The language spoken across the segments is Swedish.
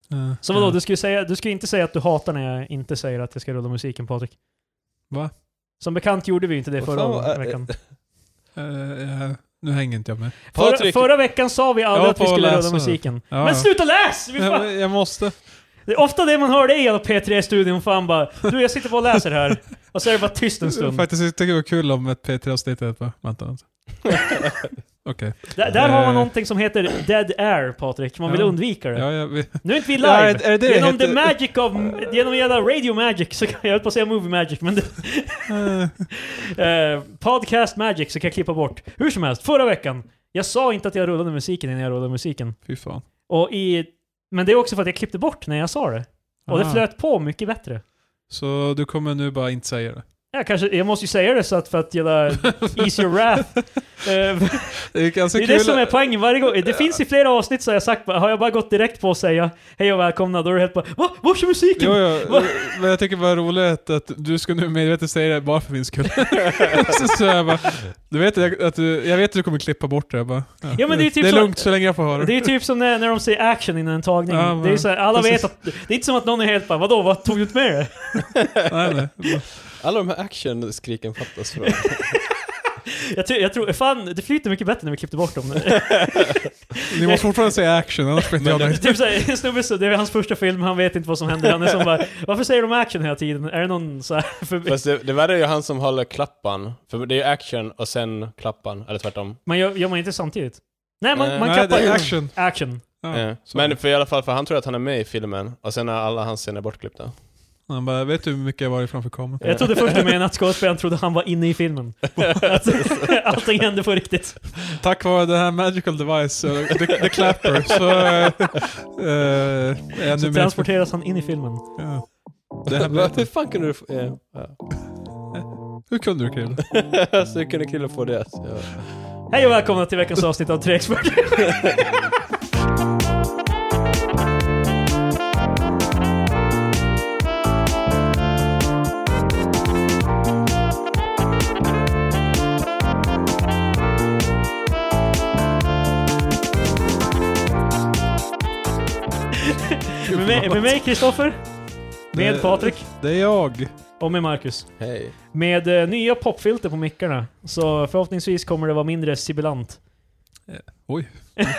Så vadå, du skulle inte säga att du hatar när jag inte säger att jag ska rulla musiken, Patrik? Va? Som bekant gjorde vi inte det förra veckan. Nu hänger inte jag med. Förra veckan sa vi aldrig att vi skulle rulla musiken. Ja, men sluta läs! Jag måste. Det är ofta det man hör dig i P3-studion. Fan bara, du, jag sitter bara och läser här. Och så är det bara tyst en stund. Faktiskt tycker det var kul om ett P3-avsnitt. Vänta. Okej. Där har man någonting som heter Dead Air, Patrik. Man vill undvika det. Nu är inte vi live. Genom the magic of... Genom jävla radio magic så kan jag på att säga movie magic, men podcast magic så kan jag klippa bort. Hur som helst, förra veckan jag sa inte att jag rullade musiken innan jag rullade musiken. Fy fan. Men det är också för att jag klippte bort när jag sa det. Och det flöt på mycket bättre. Så du kommer nu bara inte säga det? Jag måste ju säga det så att för att gilla ease your wrath. Det är det som är poängen varje gång. Det finns i flera avsnitt så har jag bara gått direkt på att säga hej och välkomna, då är det helt bara vars är musiken? Men jag tycker bara roligt att du ska nu medvetet säga det bara för min skull. så jag bara, jag vet att du kommer klippa bort det. Bara, men det är typ det är lugnt så länge jag får höra. Det är typ som när de säger action innan en tagning. Det är så här, alla vet att det är inte som att någon är helt bara, vad tog du ut med det? Nej. Alla de här action-skriken fattas för jag tror fan, det flyter mycket bättre när vi klippte bort dem. Ni måste fortfarande säga action, annars vet jag det. Typ såhär, en snubbe så, det är hans första film, han vet inte vad som händer. Han är som bara, varför säger de action hela tiden? Är det någon så här Fast det värre är ju han som håller klappan. För det är ju action och sen klappan, eller tvärtom. Man gör man inte samtidigt? Nej, man klappar ju action. Ja. Men för i alla fall, för han tror att han är med i filmen och sen är alla hans scener bortklippta. Han bara, vet du hur mycket jag var ifrån för kameran? Jag trodde först du menade att skådespelaren trodde han var inne i filmen. Allting hände på riktigt. Tack vare det här magical device, the clapper, så transporteras han in i filmen. Ja. Hur fan kunde du få... Hur kunde du, Krille? Så hur kunde Krille få det? Ja. Hej och välkomna till veckans avsnitt av 3 experter. Med mig Kristoffer, med Patrik, det är jag, och med Marcus. Hej. Med nya popfilter på mickarna, så förhoppningsvis kommer det vara mindre sibilant. Oj.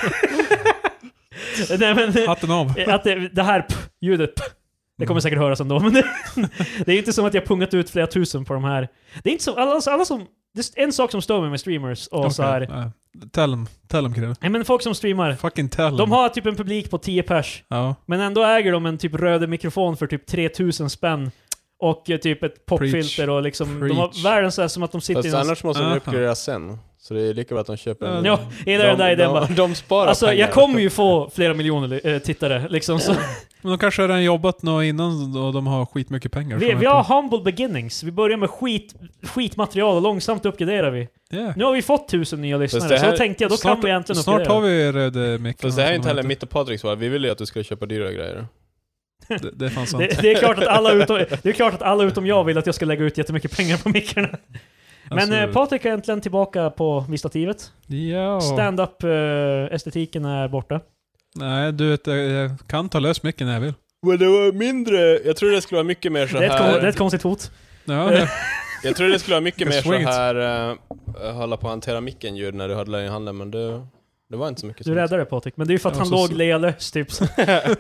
Nej, men, hatten av. Att det här ljudet, det kommer säkert höras ändå, men det är inte som att jag pungat ut flera tusen på de här. Det är inte som alla som... Det är en sak som stör mig med streamers och så här. Tell them, Krille. Nej, men folk som streamar. Fucking tell them. De har typ en publik på 10 pers. Ja. Men ändå äger de en typ röd mikrofon för typ 3000 spänn. Och typ ett popfilter och liksom... De har världen så här som att de sitter... Fast annars måste de uppgradera sen. Så det är lika bra att de köper en... Ja, de sparar alltså, pengar. jag kommer ju få flera miljoner tittare, liksom så. Men de kanske har redan jobbat något innan och de har skitmycket pengar. Vi har humble beginnings. Vi börjar med skitmaterial och långsamt uppgraderar vi. Yeah. Nu har vi fått 1000 nya lyssnare, så tänkte jag, då kan vi äntligen uppgradera. Snart har vi röd mick. Fast det här är inte heller mitt och Patriks val. Vi vill ju att du ska köpa dyra grejer. Det är fan sant. Det är klart att alla utom jag vill att jag ska lägga ut jättemycket pengar på mickarna. Men alltså, Patrik är äntligen tillbaka på stativet. Ja. Stand-up estetiken är borta. Nej, du vet, jag kan ta lös micken när jag vill. Men det var mindre... Jag tror det skulle vara mycket mer så här... Det är ett konstigt hot. Ja, jag tror det skulle vara mycket mer så här... hålla på att hantera micken ljud när du hade den i handen, men det var inte så mycket. Du räddade det, Patrik. Men det är ju för att han låg lealös typ. Som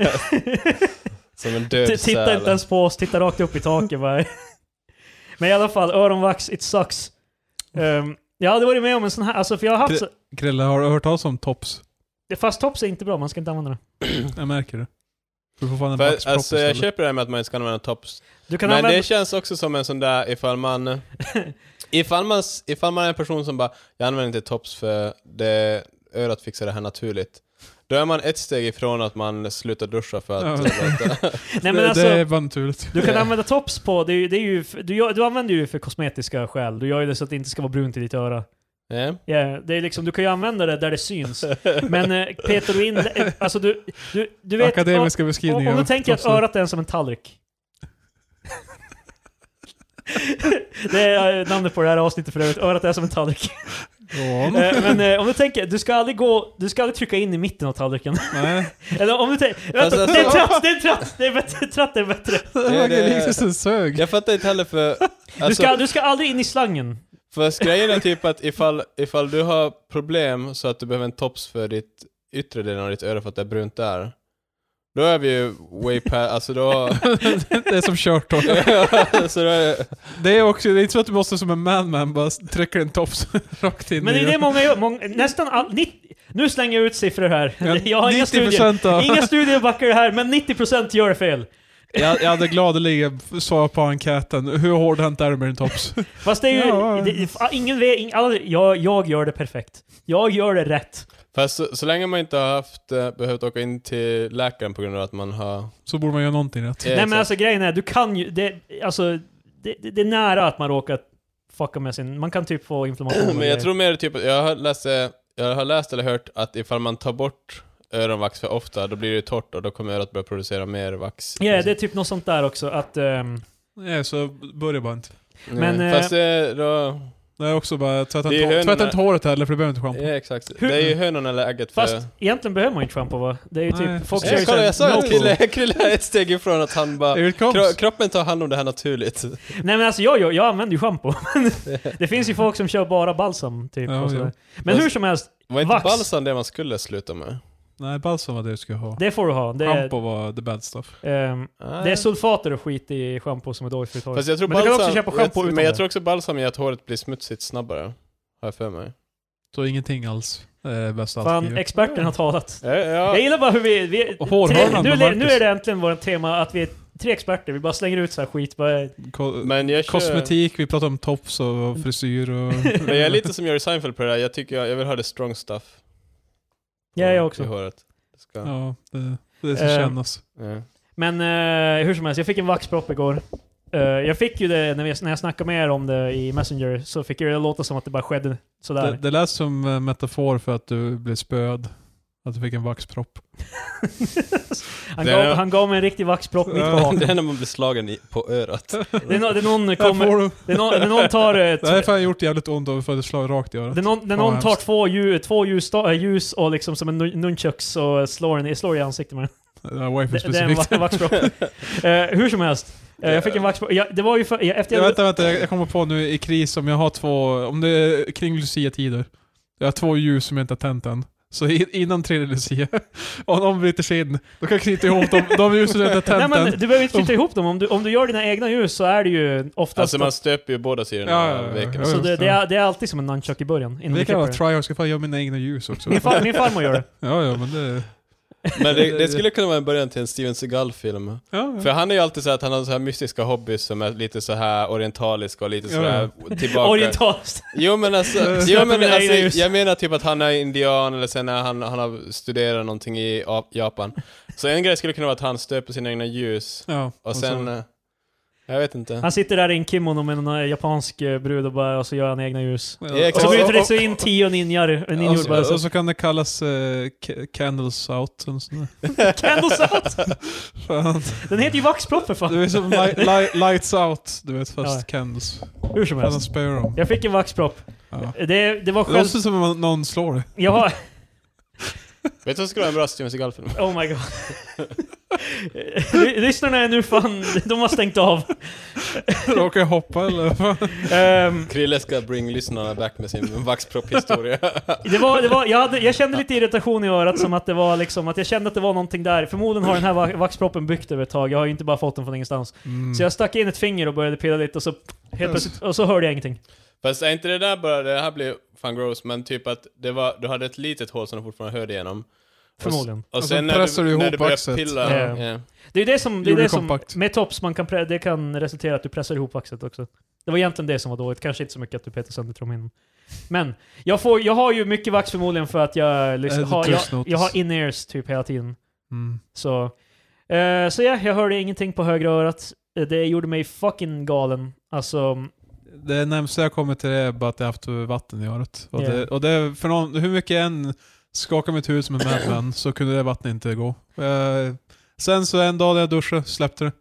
en död Titta inte ens på oss, titta rakt upp i taket bara. Men i alla fall, öronvax, it sucks. Jag hade varit med om en sån här, alltså för jag har haft... Krille, har du hört talas om tops? Fast tops är inte bra, man ska inte använda det. Jag märker det. Du får fan en för, alltså jag köper det här med att man inte ska använda tops. Men det känns också som en sån där, ifall man är en person som bara, jag använder inte tops för det örat fixar det här naturligt. Då är man ett steg ifrån att man slutar duscha för att... Nej, men alltså, det är bara naturligt. Du kan använda tops på... Det är ju, du använder ju för kosmetiska skäl. Du gör ju det så att det inte ska vara brunt i ditt öra. Yeah, det är liksom, du kan ju använda det där det syns. Men Peter, du in... Alltså du vet... Akademiska beskrivningar. Om du tänker att örat är som en tallrik. Det är namnet på det här avsnittet för övrigt. Örat är som en tallrik. Men om du tänker, du ska aldrig trycka in i mitten av tallriken. Nej. Eller om du tänker, vänta, det är bättre. Tratt är bättre. Det är sög. Jag fattar inte heller för... Alltså, du ska aldrig in i slangen. För grejen är typ att ifall du har problem så att du behöver en tops för ditt yttre delen av ditt öra för att det är brunt där. Då är vi ju way past, alltså då... Det är som kört då. Så då är... Det är också, det är inte så att du måste som en man bara trycka en tops rakt in. Men det är det många gör, nästan all, nu slänger jag ut siffror här. Jag har inga studier backar det här, men 90% gör fel. Jag hade gladeligen svarat på enkäten. Hur hårdhänt är det med en tops? Fast det är ju... Jag gör det perfekt. Jag gör det rätt. Fast så länge man inte har behövt åka in till läkaren på grund av att man har... Så borde man göra någonting rätt. Nej men alltså grejen är, du kan ju... Det är nära att man råkar fucka med sin... Man kan typ få inflammation. Men jag tror mer typ... Jag har läst eller hört att ifall man tar bort öronvax för ofta, då blir det torrt och då kommer örat börja producera mer vax. Ja, det är typ något sånt där också. Att, ja, så börjar bara inte. Men, fast då... Det är också bara tvätta inte håret heller för du behöver inte schampo. Ja, exakt. Det är ju hönon eller ägget. Fast egentligen behöver man inte schampo, va? Det är ju typ... Folk jag sa att Krille är ett steg ifrån att han bara... Kroppen tar hand om det här naturligt. Nej men alltså jag använder ju schampo. Det finns ju folk som kör bara balsam typ. Ja, och sådär. Men hur som helst, var inte balsam det man skulle sluta med? Nej, balsam var det du skulle ha. Det får du ha. Schampo var the bad stuff. Det är sulfater och skit i schampo som är dåligt för Fast jag tror men balsam, du kan också köpa schampo utan men jag tror också balsam är att håret blir smutsigt snabbare. Har jag för mig. Så ingenting alls. Bäst fan, experten har talat. Ja. Jag gillar bara hur vi nu är det äntligen vårt tema att vi är 3 experter. Vi bara slänger ut så här skit. Men kosmetik, vi pratar om tops och frisyr och... Men jag är lite som Jerry Seinfeld på det där. Jag tycker jag vill ha det strong stuff. Ja, jag också. I håret. Ja, det ska kännas. Ja. Men hur som helst, jag fick en vaxpropp igår. Jag fick ju det när jag snackade med er om det i Messenger, så fick jag det låta som att det bara skedde sådär. Det lät som metafor för att du blev spöd. Att du fick en vaxpropp. Han gav mig en riktig vaxpropp mitt på hakan. Det är när man blir slagen på örat. Det är någon kommer... Det är någon tar... Det här har gjort jävligt ont och för att slå rakt i örat. Det är någon tar två ljus och liksom som en nunchucks och slår i ansiktet med det är en vaxpropp. Hur som helst. Jag fick en vaxpropp. Det var ju Vänta, jag kommer på nu i kris om jag har 2... Om det är kring Lucia-tider. Jag har 2 ljus som jag inte har tänt än. Så innan 3 Lucia. Om de bryter sig in, då kan jag knyta ihop de ljusen som jag inte har tänt än. Nej men du behöver inte knyta ihop dem. Om du gör dina egna ljus så är det ju oftast... Alltså man stöper ju båda sidorna av väggen. Så det är alltid som en nunchuck i början. Det kan vara try, jag ska fan göra mina egna ljus också. Min farmor gör det. Ja, men det... Men det skulle kunna vara en början till en Steven Seagal-film. Ja. För han är ju alltid så att han har så här mystiska hobbys som är lite så här orientaliska och lite så här tillbaka. Orientaliskt. Jo men alltså, jag menar typ att han är indian eller sen när han har studerat någonting i Japan. Så en grej skulle kunna vara att han stöper sina egna ljus. Ja, och sen... Jag vet inte. Han sitter där i en kimono med någon japansk brud och så gör han egna ljus. Ja, och så bryter det så in 10 ninjor. Och så kan det kallas Candles Out. Candles Out? Den heter ju vaxpropp för fan. Det är som Lights Out, du vet, fast Candles. Hur som helst. Jag fick en vaxpropp. Ja. Det var själv... Det låter som om någon slår det. Ja. Vet du vad skulle vara en bra Steven Seagal-film? Oh my god. Lyssnarna är nu fan... De har stängt av. Råkar jag hoppa eller? Krille ska bring lyssnarna back med sin vaxpropp-historia. Jag kände lite irritation i örat som att det var liksom... Att jag kände att det var någonting där. Förmodligen har den här vaxproppen byggt över ett tag. Jag har ju inte bara fått den från ingenstans. Så jag stack in ett finger och började pilla lite och så helt plötsligt... Och så hörde jag ingenting. Fast är inte det där bara... Det här blir fan gross, men typ att du hade ett litet hål som du fortfarande hörde igenom. Förmodligen. Och sen när du börjar pilla... Det är det som med tops det kan resultera att du pressar ihop vaxet också. Det var egentligen det som var dåligt. Kanske inte så mycket att du petar sönder trumhinnan. Men jag har ju mycket vax förmodligen för att jag har in-ears typ hela tiden. Så jag hörde ingenting på högra örat. Det gjorde mig fucking galen. Alltså... Det närmaste jag kommer till det är bara att jag haft vatten i örat. Och det för någon, hur mycket än skakar mitt huvud som en madman så kunde det vattnet inte gå. Sen så en dag när jag duschade släppte det.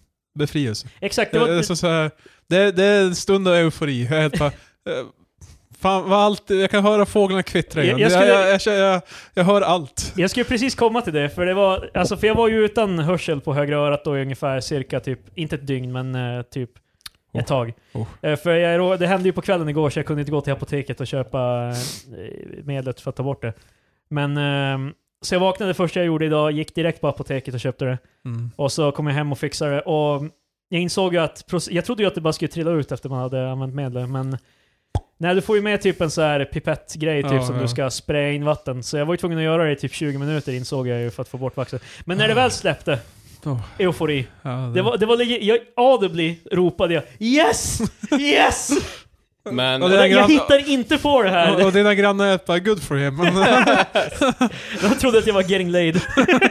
Befrielse. Exakt. Det är en stund av eufori. Jag är helt bara... Fan vad allt, jag kan höra fåglarna kvittra igen. Jag hör allt. Jag skulle precis komma till det, för det var, alltså för jag var ju utan hörsel på högra örat då i ungefär cirka typ, inte ett dygn men typ ett tag. För det hände ju på kvällen igår så jag kunde inte gå till apoteket och köpa medlet för att ta bort det. Men så jag vaknade först jag gjorde idag, gick direkt på apoteket och köpte det. Och så kom jag hem och fixade det. Och jag insåg ju att, jag trodde ju att det bara skulle trilla ut efter man hade använt medlet, men nej, du får ju med typ en så här pipettgrej typ som du ska spraya in vatten. Så jag var ju tvungen att göra det i typ 20 minuter insåg jag ju för att få bort vaxet. Men när det väl släppte, eufori. Det var jag audibly ropade jag yes! Yes! Men jag hittar inte på det här. Och dina grannar är bara good for him. De trodde att jag var getting laid.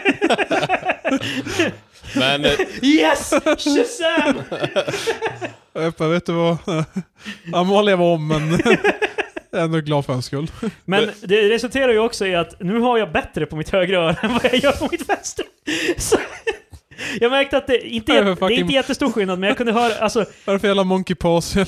Men yes! Shazam! Jag vet du vad? Jag må leva om, men jag är ändå glad för en skull. Men det resulterar ju också i att nu har jag bättre på mitt högra öra än vad jag gör på mitt vänstra. Så jag märkte att det är inte jättestor skillnad, men jag kunde höra, alltså... Vad är det för jävla monkey pause?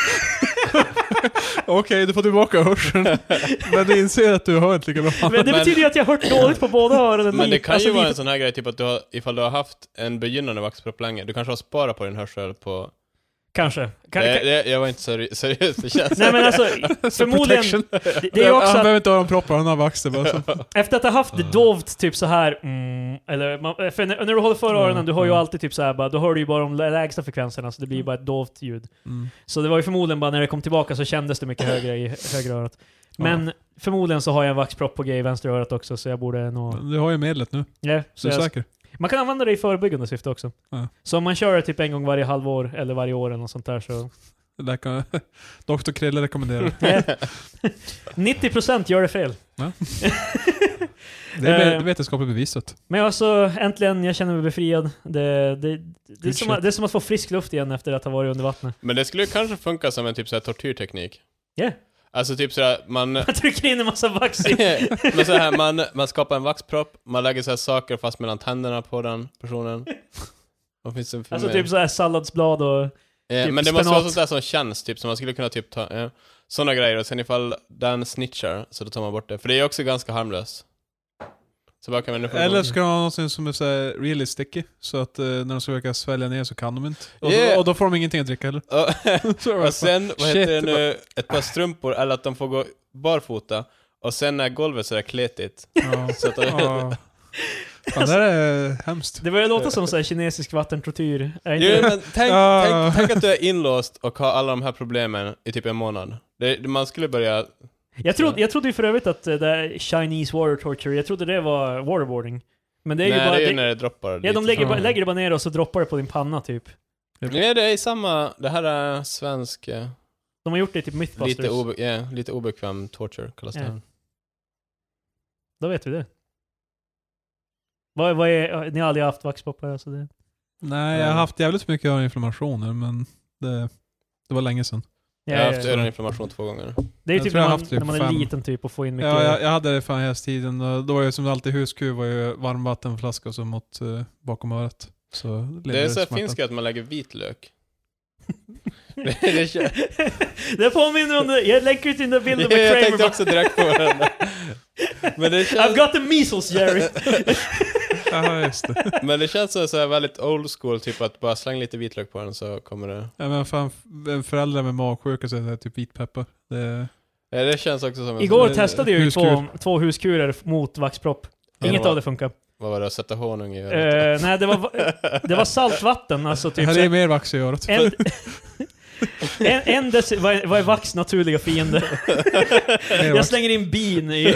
Okej, du får tillbaka hörseln. Men du inser att du hör inte lika bra. Men det betyder ju att jag har hört dåligt på båda öronen. Men det kan ju vara en sån här grej, typ att du har, ifall du har haft en begynnande vaxpropp länge, du kanske har sparat på din hörsel på... Kanske. Jag var inte seriös, det känns. Nej men alltså, förmodligen... Det är också han behöver inte ha de proppar, han har vaxet bara så. Efter att ha haft det dovt typ så här eller för när du håller för öronen, du har ju alltid typ så här bara, då hör du ju bara de lägsta frekvenserna, så det blir ju bara ett dovt ljud. Så det var ju förmodligen bara när det kom tillbaka så kändes det mycket högre i högra örat. Men förmodligen så har jag en vaxpropp på i vänstra örat också, så jag borde nog... Du har ju medlet nu. Ja, så är säker. Man kan använda det i förebyggande syfte också. Så om man kör det typ en gång varje halvår eller varje år eller något sånt där, så... Det där kan Dr. Krille rekommendera. 90% gör det fel. Ja. Det är vetenskapligt bevisat. Men alltså, äntligen, jag känner mig befriad. Det är som att få frisk luft igen efter att ha varit under vattnet. Men det skulle kanske funka som en typ så här tortyrteknik. Ja. Yeah. Alltså typ sådär, man trycker in en massa vax i. Men så här, man skapar en vaxpropp, man lägger så här saker fast mellan tänderna på den personen. Vad finns det för alltså typ så här salladsblad och typ men det måste vara sånt där som känns typ, som man skulle kunna typ ta såna grejer, och sen ifall den snitchar så då tar man bort det, för det är också ganska harmlöst. Så bara kan man eller ska de ha någonting som är så här really sticky, så att när de ska försöka svälja ner så kan de inte. Och då får de ingenting att dricka heller. Och sen, vad heter det nu, ett par strumpor, eller att de får gå barfota, och sen är golvet så där kletigt. Så att det där är hemskt. Det börjar låta som så här kinesisk vattentortyr. Jo, men tänk att du är inlåst och har alla de här problemen i typ en månad. Man skulle börja... Jag trodde ju för övrigt att det där Chinese water torture, jag trodde det var waterboarding. Men det är ju bara... det är när det droppar. Ja, de lägger det bara ner och så droppar det på din panna typ. Nej, det är samma... Det här är svensk... De har gjort det typ Mythbusters. Lite obekväm torture kallas det här. Då vet vi det. Vad är, ni har aldrig haft vaxpoppar? Alltså det? Nej, jag har haft jävligt mycket öroninflammationer, men det var länge sedan. Jag har haft öroninflammation 2 gånger. Det är typ när man är liten typ och får in mycket... Ja, jag hade det fan hela tiden. Då var jag som alltid huskur, var ju varmvattenflaska som mot bakom örat. Så det är så finska att man lägger vitlök. Det påminner om det. Jag lägger ut in den bilden med Kramer. Jag tänkte också direkt på den. Men det känns... I've got the measles, Jerry. Ja, just det. Men det känns så här väldigt old school, typ att bara slänga lite vitlök på den så kommer det... Ja, men fan, en förälder med magsjuka så är det typ vitpeppar. Det känns också som... Igår testade jag ju två huskurer mot vaxpropp. Inget av det funkar. Vad var det? Att sätta honung i örat? Nej, det var saltvatten. Alltså, typ, här är mer vax i örat. Vad är vax naturliga fiende? Jag slänger in bin i...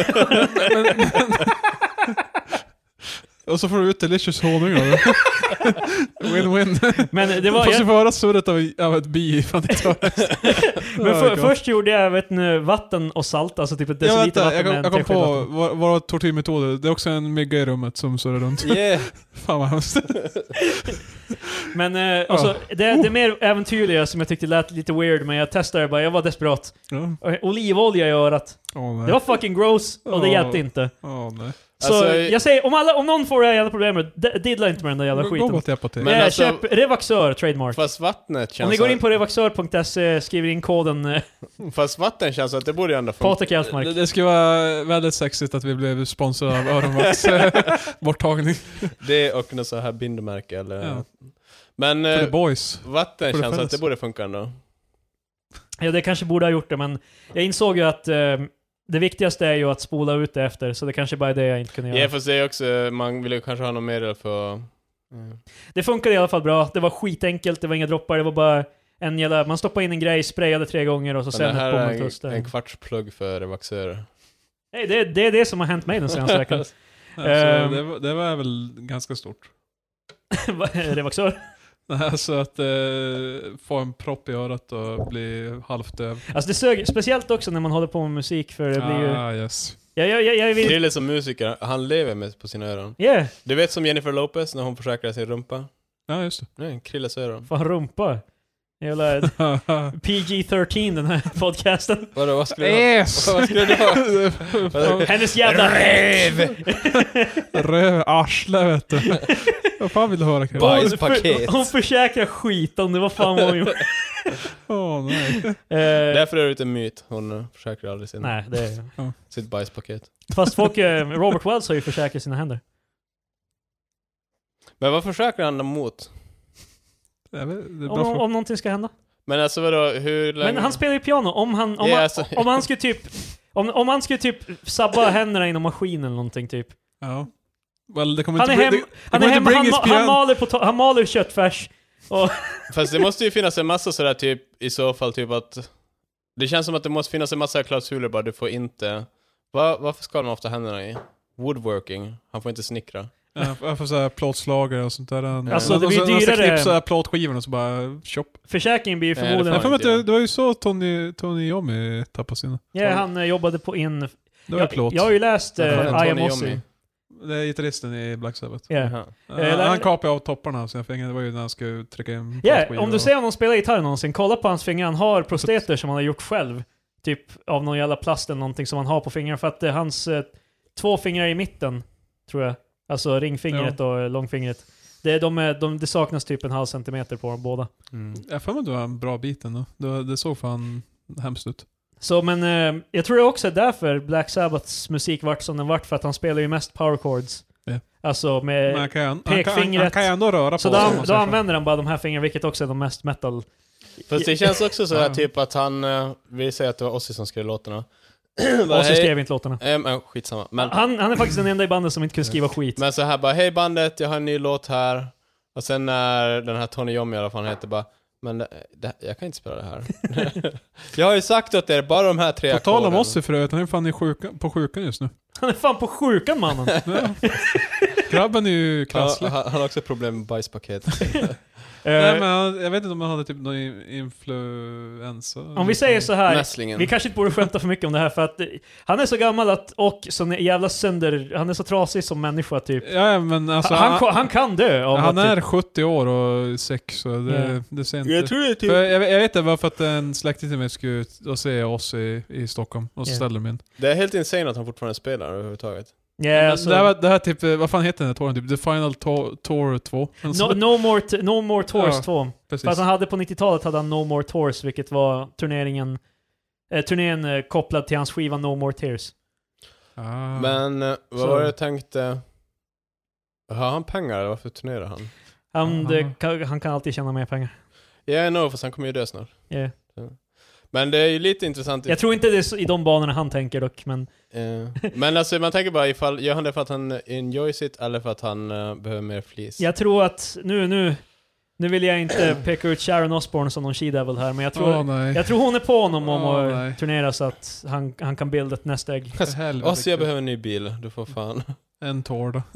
Och så får du ut delicious honung då. Win-win. Men det var... Du får se föra surret av ett bi från ditt örat. Men först gjorde jag vatten och salt, alltså typ ett deciliter vatten. Jag kom på våra tortyrmetoder. Det är också en mygga i rummet som surrar runt. Yeah. Fan vad hemskt. Men alltså, det mer äventyrliga som jag tyckte lät lite weird, men jag testade bara, jag var desperat. Olivolja i örat. Det var fucking gross, och det hjälpte inte. Nej. Så Alltså, jag säger, om någon får det här jävla problemet, diddla inte med den där jävla skiten. Gå till apotek. Men alltså- Köp Revaxör, trademark. Fast vattnet känns... Om ni går in på revaxör.se, skriver in koden Fast vatten känns att det borde ju ändå funka. Patrik Elfmark. Det skulle vara väldigt sexigt att vi blev sponsrade av öronvax borttagning. Det och något så här bindemärke eller... Ja. Men För the boys. vatten För the känns att fellas. det borde funka ändå. Ja, det kanske borde ha gjort det, men jag insåg ju att det viktigaste är ju att spola ut det efter, så det kanske bara är det jag inte kunde göra. Ja, fast det är också... Man vill ju kanske ha något medel för... Det funkade i alla fall bra. Det var skitenkelt, det var inga droppar, det var bara man stoppade in en grej, sprayade 3 gånger och så Men sen det här ett är bomullstuss. en kvartsplugg för revaxörer. Nej, det är det som har hänt mig den senaste veckan. Alltså, Ehm. det var väl ganska stort. Revaxör. Alltså att få en propp i örat och bli halvt döv. Alltså det sög, speciellt också när man håller på med musik, för det blir ju... Yes. Jag vill... Krille som musiker, han lever med på sina öron. Yeah, Du vet som Jennifer Lopez när hon försäkrar sin rumpa? Ja, just Nej, Krilles öron. fan rumpa. Jävla det. PG-13 den här podcasten. Vadå, vad skulle Yes! Vad skulle det vara? Hennes jävla... Röv, arsle vet du. Vad fan vill du höra? Bajspaket. Hon försäkrar skit om det, vad fan var hon gjorde. Åh nej. Därför är det inte en myt. Hon försäkrar aldrig Nej, det är... sitt bajspaket. Fast folk... Robert Wells har ju försäkrat sina händer. Men vad försäkrar han dem mot? Det är bra Om någonting ska hända. Men alltså vadå, hur länge? Men han spelar ju piano. Om han skulle typ... Om han skulle typ sabba händerna inom maskinen eller någonting typ. Ja. Well, det kommer Han är inte hemma, han maler köttfärs. Och Fast det måste ju finnas en massa sådär typ, i så fall typ att... Det känns som att det måste finnas en massa klausuler bara, du får inte... Varför ska man ofta händerna i? Woodworking, han får inte snickra. Ja, jag får såhär plåtslagare och sånt där. Alltså, det blir dyrare. Klippa såhär plåtskivorna och så bara chop. försäkringen blir ju Nej, förmodligen... Jag får att det var ju så Tony Iommi tappade sina. Ja, han jobbade på in... Det var plåt. Jag har ju läst I Am Tony Ozzy. Iommi. Det är gitarristen i Black Sabbath. Ja. Jaha. Han kapade av topparna så jag fingrar. Det var ju när han skulle trycka in Ja, plåtskivor om du och- ser honom spela gitarr någonsin, kolla på hans fingrar. Han har prosteter som han har gjort själv. Typ av någon jävla plast eller någonting som han har på fingrarna. För att hans 2 fingrar i mitten, tror jag. Alltså ringfingret och långfingret. Det saknas typ 0,5 centimeter på dem båda. Jag får mig att det var en bra bit ändå. Det såg fan hemskt ut. Så men jag tror också därför Black Sabbaths musik vart som den vart, för att han spelar ju mest power chords. Ja. Alltså Men med han kan ju ändå röra på så sig, om man då säger så. använder han bara de här fingrarna, vilket också är de mest metal. Fast det känns också så här Ja. typ att han... vi säger att det var Ozzy som skrev låtarna. Ozzy skrev inte låtarna. Skitsamma. Men, Han är faktiskt den enda i bandet som inte kunde skriva skit. men så här bara, hej bandet, jag har en ny låt här. Och sen när den här Tony Iommi i alla fall heter bara, men jag kan inte spela det här. Jag har ju sagt att det är bara de här 3 På tal om ackorden. Ozzy för övrigt, han är fan på sjukan just nu. Han är fan på sjukan, mannen. Ja. Grabben är ju Ja, krasslig. han har också problem med bajspaket. Nej, men jag vet inte om han hade typ någon influensa. Om vi säger så här, Mässlingen. vi kanske inte borde skämta för mycket om det här, för att han är så gammal och så jävla han är så trasig som människa typ. Ja, men alltså... Han kan dö av Han att är typ, 70 år och 6 så det ser inte... Jag tror det är typ... För jag vet inte varför att en släkting till mig skulle ut och se oss i Stockholm och så ställer de in. Det är helt insane att han fortfarande spelar överhuvudtaget. ja, alltså, Det här typ, vad fan heter den här touren? Typ The Final Tour 2? no More Tours Ja, 2. Precis. För att han hade på 90-talet hade han No More Tours, vilket var turnén kopplad till hans skiva No More Tears. Men vad Så- var det jag tänkte... Har han pengar eller varför turnerar han? Han kan alltid tjäna mer pengar. Ja, jag know, fast han kommer ju dö snart. Yeah. Men det är ju lite intressant. Jag tror inte det är i de banorna han tänker dock, men... Men alltså man tänker bara ifall, gör han det för att han enjoys it eller för att han behöver mer flis? Jag tror att... Nu vill jag inte peka ut Sharon Osbourne som någon she-devil här, men jag tror hon är på honom om att turnera så att han kan bilda ett nästägg. Ozzy, jag behöver en ny bil, du får fan. En tår då.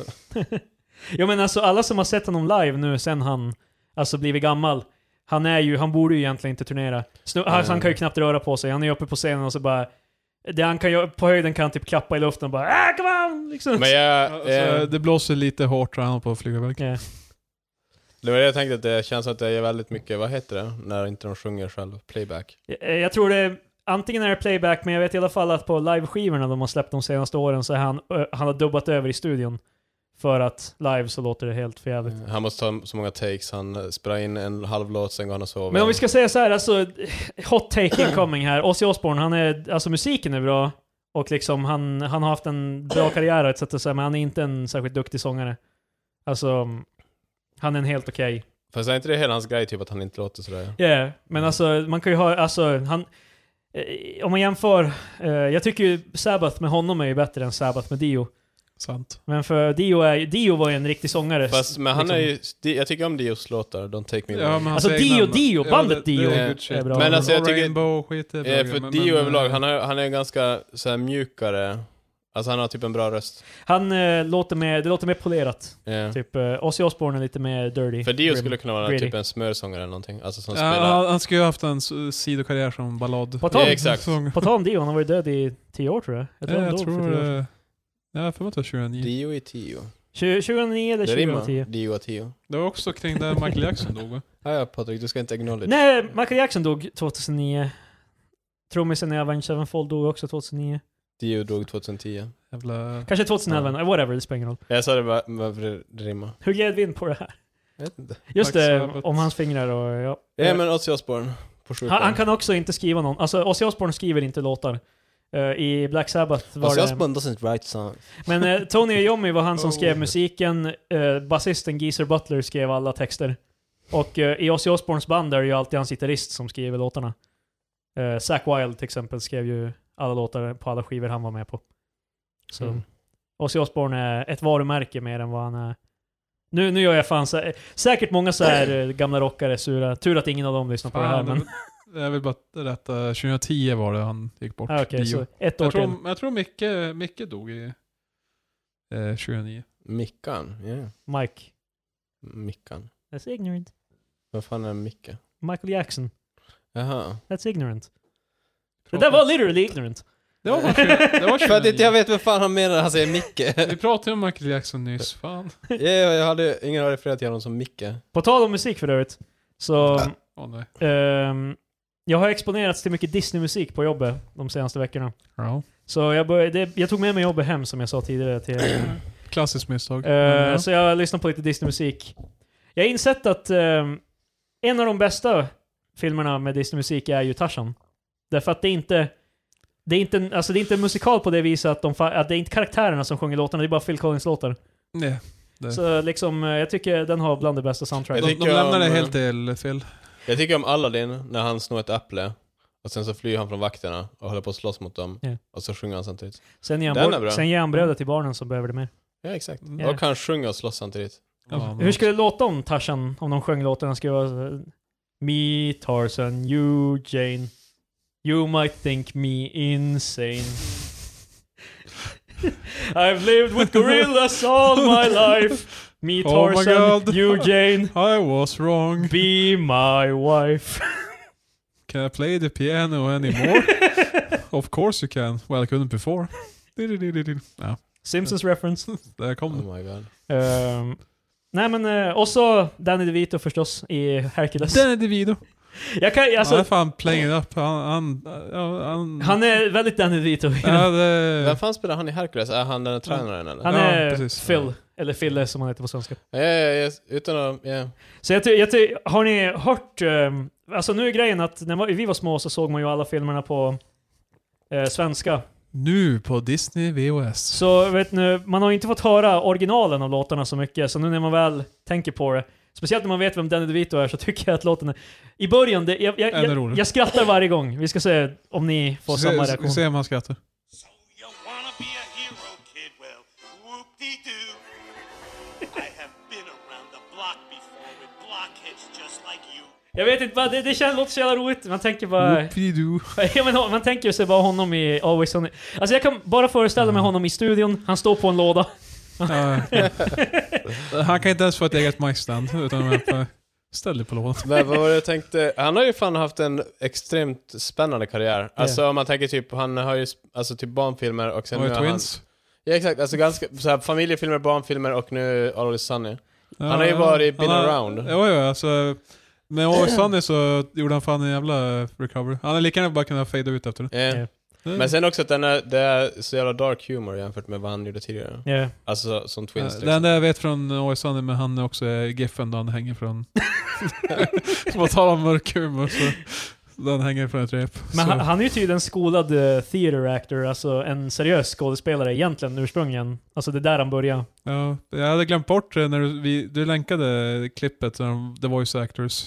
Jo men alltså alla som har sett honom live nu sen han alltså blivit gammal, han borde ju egentligen inte turnera. Alltså, han kan ju knappt röra på sig. Han är uppe på scenen och så bara han kan ju, på höjden kan han typ klappa i luften och bara come on! Liksom. Men Alltså, det blåser lite hårt när han på att flyga iväg. Yeah. det var det jag tänkte, att det känns att det är väldigt mycket, vad heter det? När inte de sjunger själv, playback. Jag tror det antingen är det playback, men jag vet i alla fall att på live-skivorna de har släppt de senaste åren så är han har dubbat över i studion. För att live så låter det helt förjävligt. Han måste ta så många takes, han spelar in en halv låt, sen går han och sover. Men om vi ska säga så här, alltså hot take incoming här. Ozzy Osbourne, han är, alltså musiken är bra. Och liksom han har haft en bra karriär ett sätt att säga, men han är inte en särskilt duktig sångare. Alltså, han är en helt okej. Fast är inte det hela hans grej typ att han inte låter sådär? Ja, yeah, men alltså man kan ju ha, alltså han... om man jämför, jag tycker ju Sabbath med honom är ju bättre än Sabbath med Dio. Sant. Men för Dio var ju en riktig sångare. Fast men han liksom. är ju, jag tycker om Dios låtar, Don't Take Me. Ja, alltså Dio, bandet Dio är bra. Men alltså jag tycker, Rainbow, skit är bra, för Dio överlag, han är ganska så här mjukare. Alltså han har typ en bra röst. Det låter mer polerat. Yeah. Typ Ozzy Osbourne är lite mer dirty. För Dio skulle kunna vara gritty. typ en smörsångare eller någonting. Alltså som spelar. Han skulle ju haft en sidokarriär som ballad. På tal om Dio, han har varit död i 10 år tror jag. Jag tror jag får inte 2009. Dio i 10. 2009 eller 2010. Dio och 10. Det var också kring där Michael Jackson dog, va? Ja, Patrik, du ska inte acknowledge. Nej, Michael Jackson dog 2009. Trummisen i Avenged Sevenfold dog också 2009. Dio dog 2010. Jävla... Kanske 2011, whatever, det spelar ingen roll. Jag sa det varför det rimmar. Hur gled vi in på det här? Jag vet inte. Just det, om hans fingrar och ja. Ja, men Ozzy Osbourne på sjukan. Han kan också inte skriva någon. Alltså Ozzy Osbourne skriver inte låtar. I Black Sabbath var Ozzy det... Osbourne doesn't write songs. Men Tony Iommi var han som skrev musiken. Basisten Geezer Butler skrev alla texter. Och i Ozzy Osbournes band är det ju alltid hans gitarrist som skriver låtarna. Zakk Wylde till exempel skrev ju alla låtar på alla skivor han var med på. Så Ozzy Osbourne är ett varumärke mer än vad han är. Nu gör jag fan säkert många så här gamla rockare sura. Tur att ingen av dem lyssnar på det här, men... Jag vill bara rätta, 2010 var det han gick bort. Okej, så ett år till. Jag tror Micke dog i 2009. Mickan, ja. Yeah. Mickan. That's ignorant. Vad fan är Micke? Michael Jackson. Jaha. That's ignorant. Det där var literally ignorant. Det var för att inte jag vet vad fan han menar, han säger Micke. Vi pratade om Michael Jackson nyss, fan. Ja, jag hade ingen refererat till honom som Micke. På tal om musik för övrigt. Så... nej. Jag har exponerats till mycket Disney-musik på jobbet de senaste veckorna. Ja. Så jag tog med mig jobbet hem som jag sa tidigare till... Klassiskt misstag. Så jag lyssnar på lite Disney-musik. Jag har insett att en av de bästa filmerna med Disney-musik är ju Tarzan. Därför att det är inte en musikal på det viset att det är inte karaktärerna som sjunger låtarna, det är bara Phil Collins-låtar. Nej. Så liksom, jag tycker den har bland det bästa soundtrack. De lämnar det helt till Phil. Jag tycker om Aladdin när han snor ett äpple och sen så flyr han från vakterna och håller på att slåss mot dem. Yeah. Och så sjunger han samtidigt. Sen ger han brödet till barnen som behöver det mer. Ja, exakt. Yeah. Och han sjunger och slåss samtidigt. Ja, hur skulle det låta om Tarzan, om de sjöng låtarna? Skulle vara Me, Tarzan, you, Jane. You might think me insane. I've lived with gorillas all my life. Me, Tarzan, you, Jane. I was wrong. Be my wife. Can I play the piano anymore? Of course you can. Well, I couldn't before. No. Simpsons reference. Där kom det. Oh my god. Nej men, och så Danny DeVito förstås i Hercules. Danny DeVito. Han är fan playing up. Han är väldigt Danny DeVito. Vem fan spelar han i Hercules? Är han den tränaren eller? Han är Phil. Eller Fille som han heter på svenska. Ja, utan att... Så jag har ni hört... alltså nu är grejen att när vi var små så såg man ju alla filmerna på svenska. Nu på Disney VHS. Så vet ni, man har inte fått höra originalen av låtarna så mycket. Så nu när man väl tänker på det, speciellt när man vet vem Danny DeVito är, så tycker jag att låten är... I början, jag skrattar varje gång. Vi ska se om ni får samma reaktion. Vi ser om han skrattar. Jag vet inte, det låter så jävla roligt. Man tänker bara... ja, men man tänker sig bara honom i Always Sunny. Alltså jag kan bara föreställa mig honom i studion. Han står på en låda. Han kan inte ens få ett eget mic-stand utan ställer på lådan. Vad var det jag tänkte? Han har ju fan haft en extremt spännande karriär. Alltså om man tänker typ, han har ju alltså typ barnfilmer och sen nu Twins. Ja exakt, alltså ganska så här, familjefilmer, barnfilmer och nu Always Sunny. Han har ju varit been around. Ja, alltså Men Sunny så gjorde han fan en jävla recovery. Han är lika gärna bara kunnat fade ut efter det. Men sen också att det är så jävla dark humor jämfört med vad han gjorde tidigare. Alltså som Twins liksom. Det enda jag vet från Always Sunny med han är också Giffen då han hänger från vad talar om mörk humor så den hänger från ett rep. Men han är ju tydligen skolad theater actor, alltså en seriös skådespelare egentligen ursprungligen. Alltså det är där han började. Ja, jag hade glömt bort när du länkade klippet The Voice Actors.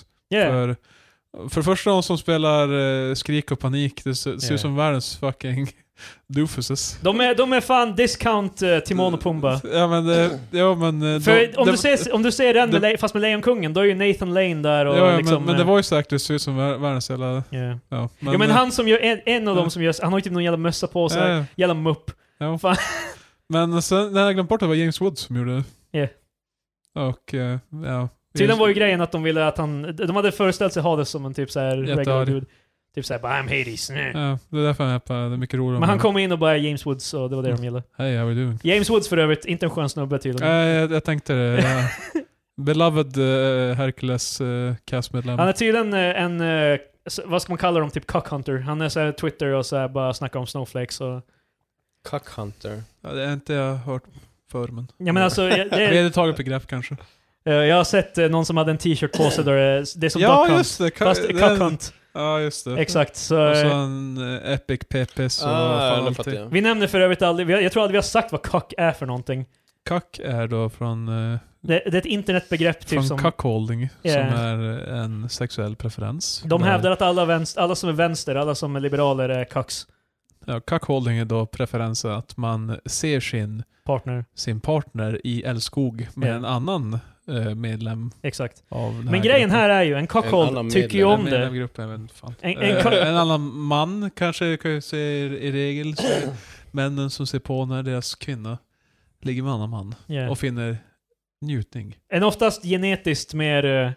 För första de som spelar Skrik och Panik, det ser ut som världens fucking doofuses. De är fan discount Timon och Pumba. Ja men för om du ser den fast med Lejonkungen, då är ju Nathan Lane där och ja, liksom, men The Voice Actors ser ut som världens jävla... Ja, men han som gör en av dem som gör, han har ju typ någon jävla mössa på sig, jävla mupp. Ja. Men sen när jag glömt bort det var James Woods som gjorde det. Och tydligen var ju grejen att de ville att de hade föreställt sig ha det som en typ så här regular dude. Typ såhär, I'm Hades. Ja, det är därför han är på, det är mycket roligare. Men han kom in och bara James Woods och det var det de gillade. Hey, how are you doing? James Woods för övrigt, inte en skön snubbe tydligen. Jag tänkte det. Beloved Hercules castmedlem. Han är tydligen vad ska man kalla dem? Typ cockhunter. Han är såhär Twitter och såhär bara snackar om snowflakes och... Cockhunter? Ja, det är inte jag hört för men... Ja men alltså... Vedertaget begrepp kanske. Jag har sett någon som hade en t-shirt på sig där det är som ja, Duck just det. Fast cockhunt. Ja, just det. Exakt. Och så en Epic Pepes och allting. Vi nämner för övrigt aldrig... Jag tror aldrig vi har sagt vad cock är för någonting. Cock är då från... Det är ett internetbegrepp typ från som... cockholding, som är en sexuell preferens. De hävdar att alla som är vänster, alla som är liberaler är cocks. Ja, cockholding är då preferensen att man ser sin partner i älskog med en annan medlem. Exakt. Av den men grejen här är ju, en cockhold tycker ju om det. En annan man kanske ser i regel männen som ser på när deras kvinna ligger med en annan man och finner njutning. En oftast genetiskt mer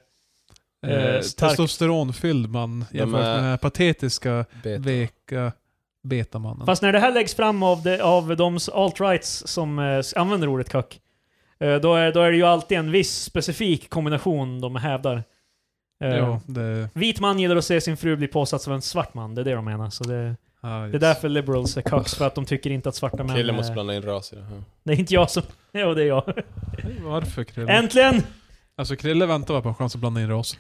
testosteronfylld man jämfört med den här patetiska veka betamannen. Fast när det här läggs fram av de alt-rights som använder ordet cock, då är det ju alltid en viss specifik kombination de hävdar. Vit man gillar att se sin fru bli påsatt av en svart man, det är det de menar. Så det är därför liberals är cocks, för att de tycker inte att svarta män... Krille måste blanda in ras i det här. Det är inte jag som... Jo, det är jag. Varför Krille? Äntligen! Alltså Krille väntar bara på en chans att blanda in ras.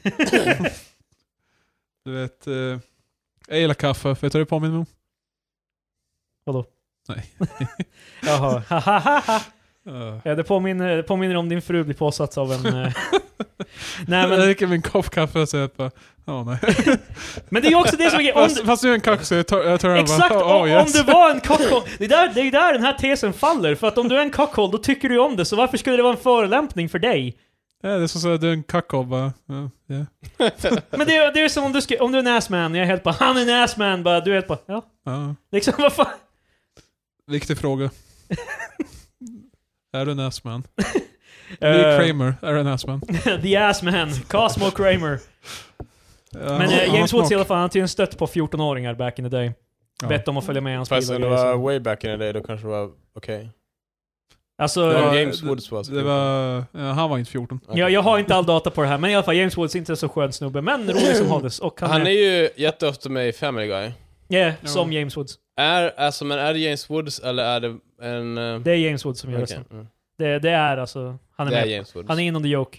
Du vet... jag gillar kaffe, vet du vad det påminner mig om? Vadå? Nej. Jaha. Ja, det påminner om din fru blir påsatt av en... Nej, men... Jag dricker min kopp kaffe och säger bara... nej. Men det är ju också det som är... Fast du är en kock så jag tar exakt, bara... om du var en cockhold... Det är där den här tesen faller. För att om du är en cockhold, då tycker du om det. Så varför skulle det vara en förolämpning för dig? Ja, det är så att du är en cockhold bara... Yeah. Men det är som om du är en assman. Jag är helt bara... Han är en assman. Bara, du är helt bara... Ja. Liksom, vad fan... Viktig fråga. Är du en assman? Kramer, är du en assman? The assman, Cosmo Kramer. Men James Woods i alla fall, han har tydligen stött på 14-åringar back in the day. Bett dem att följa med hans bil. Fast det var way back in the day, då kanske det var okej. Alltså, James Woods var han var inte 14. Ja, jag har inte all data på det här, men i alla fall James Woods är inte så skön snubbe, men rolig som hålls. Och han är ju jätteofta med i Family Guy. Ja, som James Woods. Men är det James Woods eller är det en... Det är James Woods som gör det. Det är alltså... Han är med. James Woods. Han är in on the joke.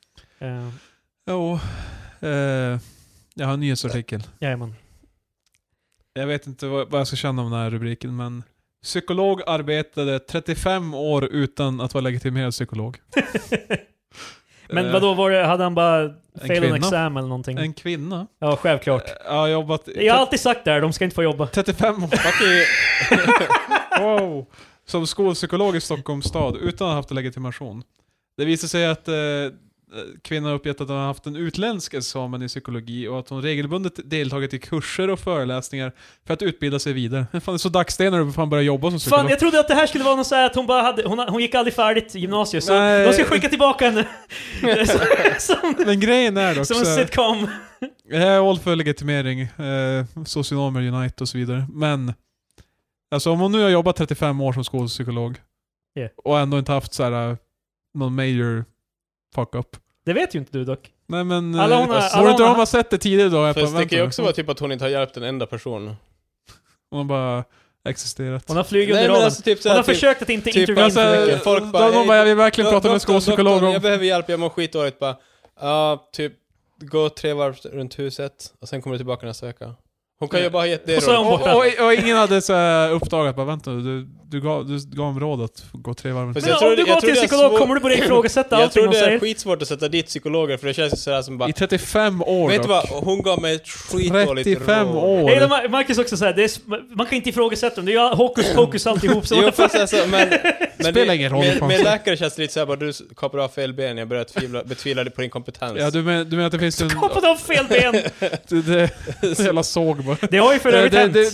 Jag har en nyhetsartikel. Jajamän. Jag vet inte vad jag ska känna om den här rubriken, men... Psykolog arbetade 35 år utan att vara legitimerad psykolog. Men vadå, hade han bara fail an exam eller någonting? En kvinna? Ja, självklart. Jag har alltid sagt det här, de ska inte få jobba. 35 år. Wow. Som skolpsykolog i Stockholms stad utan att ha haft legitimation. Det visar sig att kvinnan har uppgett att hon har haft en utländsk examen i psykologi och att hon regelbundet deltagit i kurser och föreläsningar för att utbilda sig vidare. Fan, det är så dags det när du fan börjar jobba som psykolog. Fan, jag trodde att det här skulle vara något så här att hon bara hade... Hon gick aldrig färdigt i gymnasiet, så de ska skicka tillbaka henne. Men grejen är dock... Som en sitcom. Jag är all för legitimering, socionomer Unite och så vidare. Men... Alltså om hon nu har jobbat 35 år som skolpsykolog och ändå inte haft så här någon major fuck up. Det vet ju inte du dock. Nej men... Alla inte de har sett det tidigare då? Fast det kan ju också vara typ att hon inte har hjälpt en enda person. Hon har bara existerat. Hon har flugit under raden. Alltså, typ, hon har försökt att inte intervjua för mycket. Folk bara, jag vill verkligen prata med en skolpsykolog om... Jag behöver hjälp, jag mår skitdåligt. Bara, typ, gå 3 varv runt huset. Och sen kommer du tillbaka nästa vecka. Hon kan ju bara ha gett det råd. Och ingen hade så uppdagat, bara vänta, du gav en råd att gå 3 varv. Men om du går till psykolog kommer du börja ifrågasätta allting hon säger. Jag tror det är skitsvårt att sätta dit psykologer, för det känns sådär som bara... I 35 år. Vet du vad, hon gav mig ett skitdåligt 35 råd. år. Hej, Marcus också säger, man kan inte ifrågasätta dem. Det är ju hokus pokus alltihop. Så jo, fast alltså, men spelar ingen roll. Med läkare känns det lite såhär, bara du kapar av fel ben, jag börjar betvivla på din kompetens. Ja, du menar att det finns en... Kapar av fel ben! det hela såg bara. Det har ju för övrigt hänt.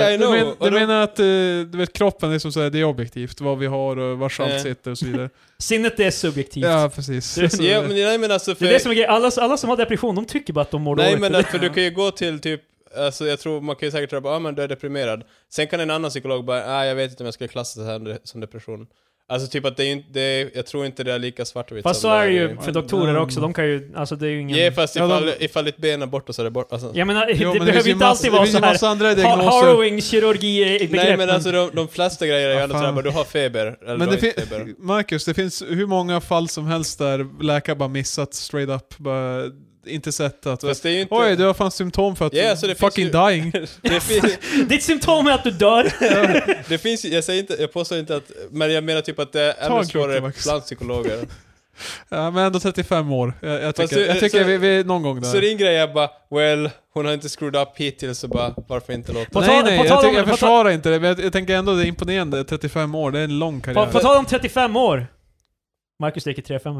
Du menar att du vet, kroppen är som så här, det är objektivt, vad vi har och var allt sitter och så vidare. Sinnet är subjektivt. Ja, precis. Ja, men alltså det är det som är grejen. Alla som har depression, de tycker bara att de mår dåligt. Nej, men för du kan ju gå till typ, alltså jag tror man kan ju säkert tro men du är deprimerad. Sen kan en annan psykolog bara, jag vet inte om jag skulle klassa det här som depression. Alltså typ att jag tror inte det är lika svartvitt. Fast så är det ju för doktorer också, de kan ju, alltså det är ju ingen... Ja, fast ifall ditt ben är borta så är det borta. Alltså. Jag menar, det behöver inte alltid vara så här harrowing kirurgi-begrepp. Nej, men alltså de flesta grejer är ju ändå sådär, du har feber. Eller men Marcus, det finns hur många fall som helst där läkare bara missat straight up, bara inte sett att... Inte... Oj, du har fan symptom för att så fucking dying. Ditt symptom är att du dör. Det finns jag påstår inte att... Men jag menar typ att det är ännu svårare bland psykologer. Ja, men ändå 35 år. Jag tycker vi någon gång där. Så din grej är bara, hon har inte screwed up hittills, så bara, varför inte låta? Nej, jag försvarar inte det, men jag tänker ändå det är imponerande. 35 år, det är en lång karriär. På tal om 35 år. Marcus dricker 3,5.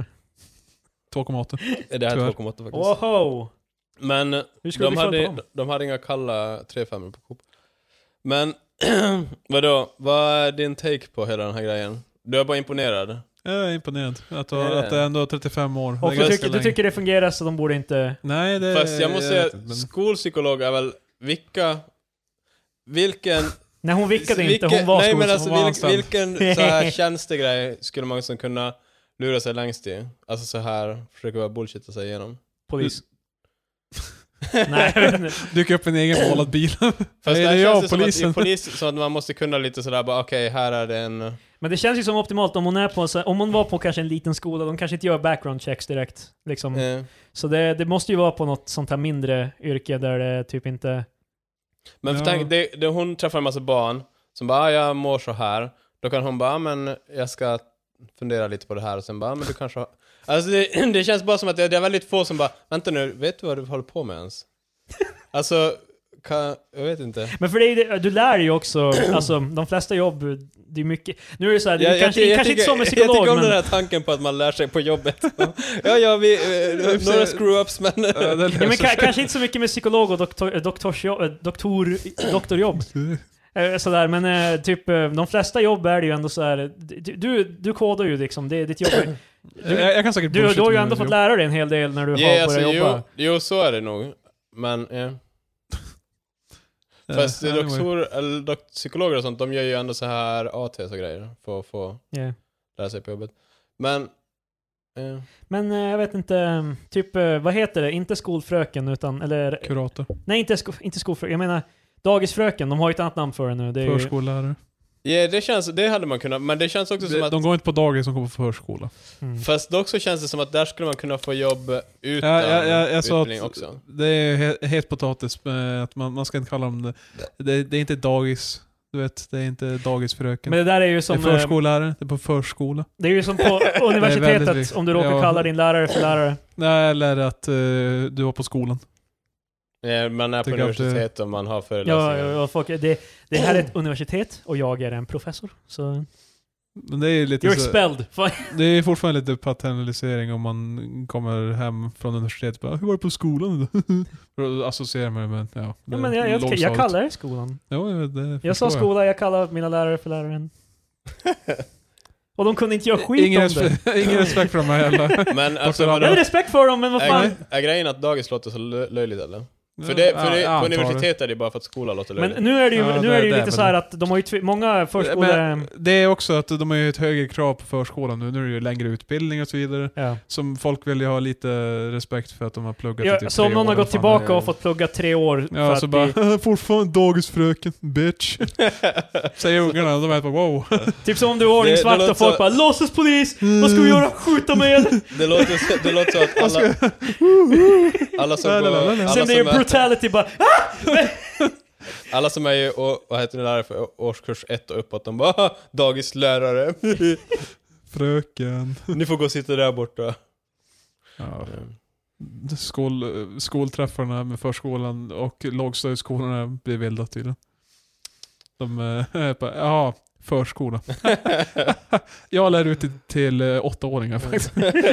2,8. Det här är 2,8 faktiskt. Oho. Men de hade inga kalla 3,5 på Coop. Men vadå? Vad är din take på hela den här grejen? Du är bara imponerad. Jag är imponerad att det är ändå 35 år. Och du tycker det fungerar så de borde inte... Nej, det... Fast jag måste säga, skolpsykolog är väl vilken... Nej, hon vickade inte, hon var men alltså vilken så här tjänstegrej skulle man liksom kunna lura sig längst i? Alltså så här, försöka vara bullshit och sig igenom. Polis. Nej. Dyka upp en egen målad bil. Fast det känns polisen. Polis, så att man måste kunna lite sådär bara, okej, här är det en... Men det känns ju som optimalt om hon var på kanske en liten skola, de kanske inte gör background checks direkt liksom. Så det måste ju vara på något sånt här mindre yrke där det typ inte... Men för tänk, hon träffar en massa barn som bara, jag mår så här. Då kan hon bara, men jag ska fundera lite på det här. Och sen bara, men du kanske har... Alltså det känns bara som att det är väldigt få som bara, vänta nu, vet du vad du håller på med ens? Alltså, jag vet inte. Men för dig, du lär ju också, alltså de flesta jobb, det är mycket... Nu är det så här, det kanske inte som en psykolog, jag tycker om den här tanken på att man lär sig på jobbet. vi några screw-ups, men... kanske inte så mycket med psykolog och doktorjobb. Sådär, men typ de flesta jobb är det ju ändå så här. Du kodar ju liksom, det är ditt jobb. Jag kan säkert du har ju ändå fått lära dig en hel del när du har börjat jobba. Jo, så är det nog. Men fast psykologer och sånt, de gör ju ändå så här ATs och grejer för att få lära sig på jobbet. Men jag vet inte, typ vad heter det? Inte skolfröken utan eller kurator. Nej, inte skolfröken. Jag menar dagisfröken, de har ju ett annat namn för det nu. Det är förskollärare. Ja, det hade man kunnat, men det känns också som att... De går inte på dagis, som går på förskola. Fast dock så känns det som att där skulle man kunna få jobb utan utbildning också. Det är helt potatis, att man ska inte kalla dem det är inte dagis. Du vet, det är inte dagisfröken. Men det där är ju som... Det är förskollärare, det är på förskola. Det är ju som på universitetet, om du råkar kalla din lärare för lärare. Nej, eller att du var på skolan. Ja, man är på universitet och man har föreläsningar. Ja, folk, det här är ett universitet och jag är en professor. Så... Men det är lite You're expelled. Det är fortfarande lite paternalisering om man kommer hem från universitetet och bara, hur var det på skolan? För att associera mig med men jag kallar det skolan. Jag sa skola, jag kallar mina lärare för läraren. Och de kunde inte göra skit om det. Ingen respekt för dem här heller. Men alltså, jag har respekt för dem, men vad fan? Är grejen att dagis låter så löjligt eller? På universitetet är det bara för att skolan låter löjligt. Men nu är det ju, lite så här att de har ju många förskolor... Det är också att de har ju ett högre krav på förskolan nu. Nu är det ju längre utbildning och så vidare. Ja. Som folk vill ju ha lite respekt för att de har pluggat i typ så om någon har gått tillbaka och fått plugga 3 år för att så bara, fortfarande dagisfröken, bitch. Säger ungarna, de är bara wow. Typ som om du är ordningsvakt och folk bara, låtsaspolis! Vad ska vi göra? Skjuta med eller? Det låter så att alla som går... Sen det är brutality bara... Alla som är ju, vad heter det där för årskurs 1 och uppåt, de bara, dagislärare. Fröken. Ni får gå och sitta där borta. Ja. Skolträffarna med förskolan och lågstadieskolorna blir vilda tydligen. De bara, ja, förskola. Jag lär ut till 8-åringar faktiskt.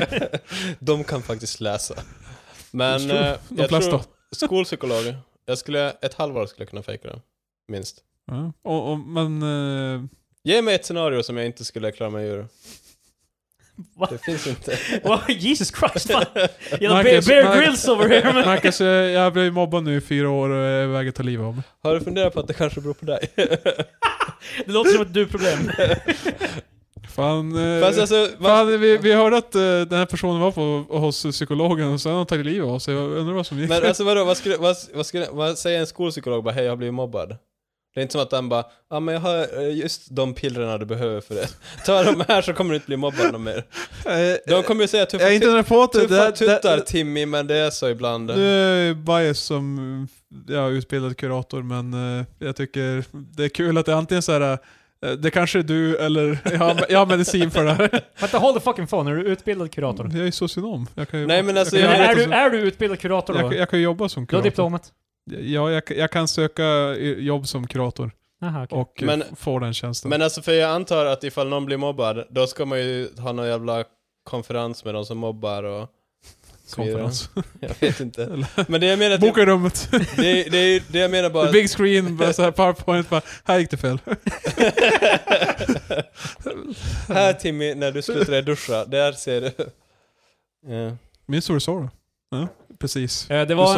De kan faktiskt läsa. Men de flesta. Skolpsykologer. Ett halvår skulle jag kunna fejka det. Minst. Ja. Men... Ge mig ett scenario som jag inte skulle klara mig att göra. Va? Det finns inte. Jesus Christ, man. Bear Grylls over here. Marcus, jag blev mobbad nu i 4 år och jag väger ta livet av mig. Har du funderat på att det kanske beror på dig? Det låter som ett du-problem. Fan, alltså, vi hörde att den här personen var hos psykologen och sen har han tagit livet av sig. Jag undrar vad som gick. Men alltså vadå, vad säger en skolpsykolog bara, hej jag har blivit mobbad? Det är inte som att den bara, ja men jag har just de pillerna du behöver för det. Ta de här så kommer du inte bli mobbad någon mer. De kommer ju säga tuffa tuttar Timmy, men det är så ibland. Du är bias som utbildad kurator, men jag tycker det är kul att det är antingen så här. Det kanske är du eller jag har medicin för det här. Vänta, hold the fucking phone. Är du utbildad kurator? Jag är socionom. Nej, men alltså, är du utbildad kurator då? Jag kan jobba som kurator. Du har diplomet? Ja, jag kan söka jobb som kurator. Aha, okay. Och få den tjänsten. Men alltså, för jag antar att ifall någon blir mobbad, då ska man ju ha någon jävla konferens med de som mobbar och konferens. Jag vet inte. Men det jag menar boka i rummet. Det jag menar bara... Big screen, bara så här PowerPoint, bara, här gick det fel. Här Timmy, när du slutar duscha, där ser du. Yeah. Minns du så då? Ja, precis. Det var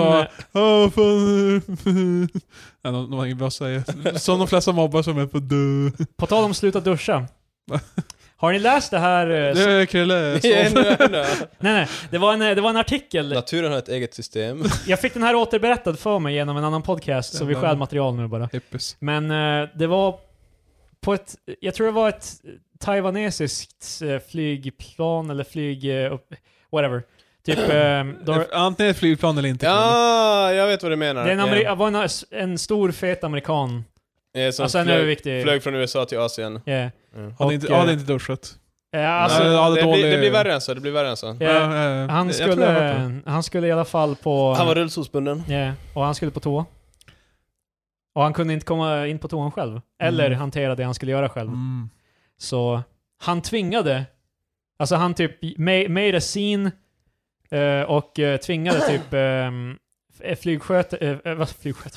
det var inget bra att säga. Som de flesta mobbar som är på dö. På tal om sluta duscha. Har ni läst det här? Det är Krille. Nej. Det var en artikel. Naturen har ett eget system. Jag fick den här återberättad för mig genom en annan podcast, så vi stjäl material nu bara. Hippis. Men det var på jag tror det var ett taiwanesiskt flygplan eller whatever. Typ, antingen ett flygplan eller inte. Ja, jag vet vad du menar. Det var en stor fet amerikan. Alltså flög från USA till Asien. Yeah. Hade inte duschat. Alltså, det blir värre än så. Han skulle i alla fall på... Han var rullstolsbunden. Yeah, och han skulle på toa. Och han kunde inte komma in på toan själv. Eller hantera det han skulle göra själv. Så han tvingade... Alltså han typ made a scene och tvingade typ... flygsköterskor.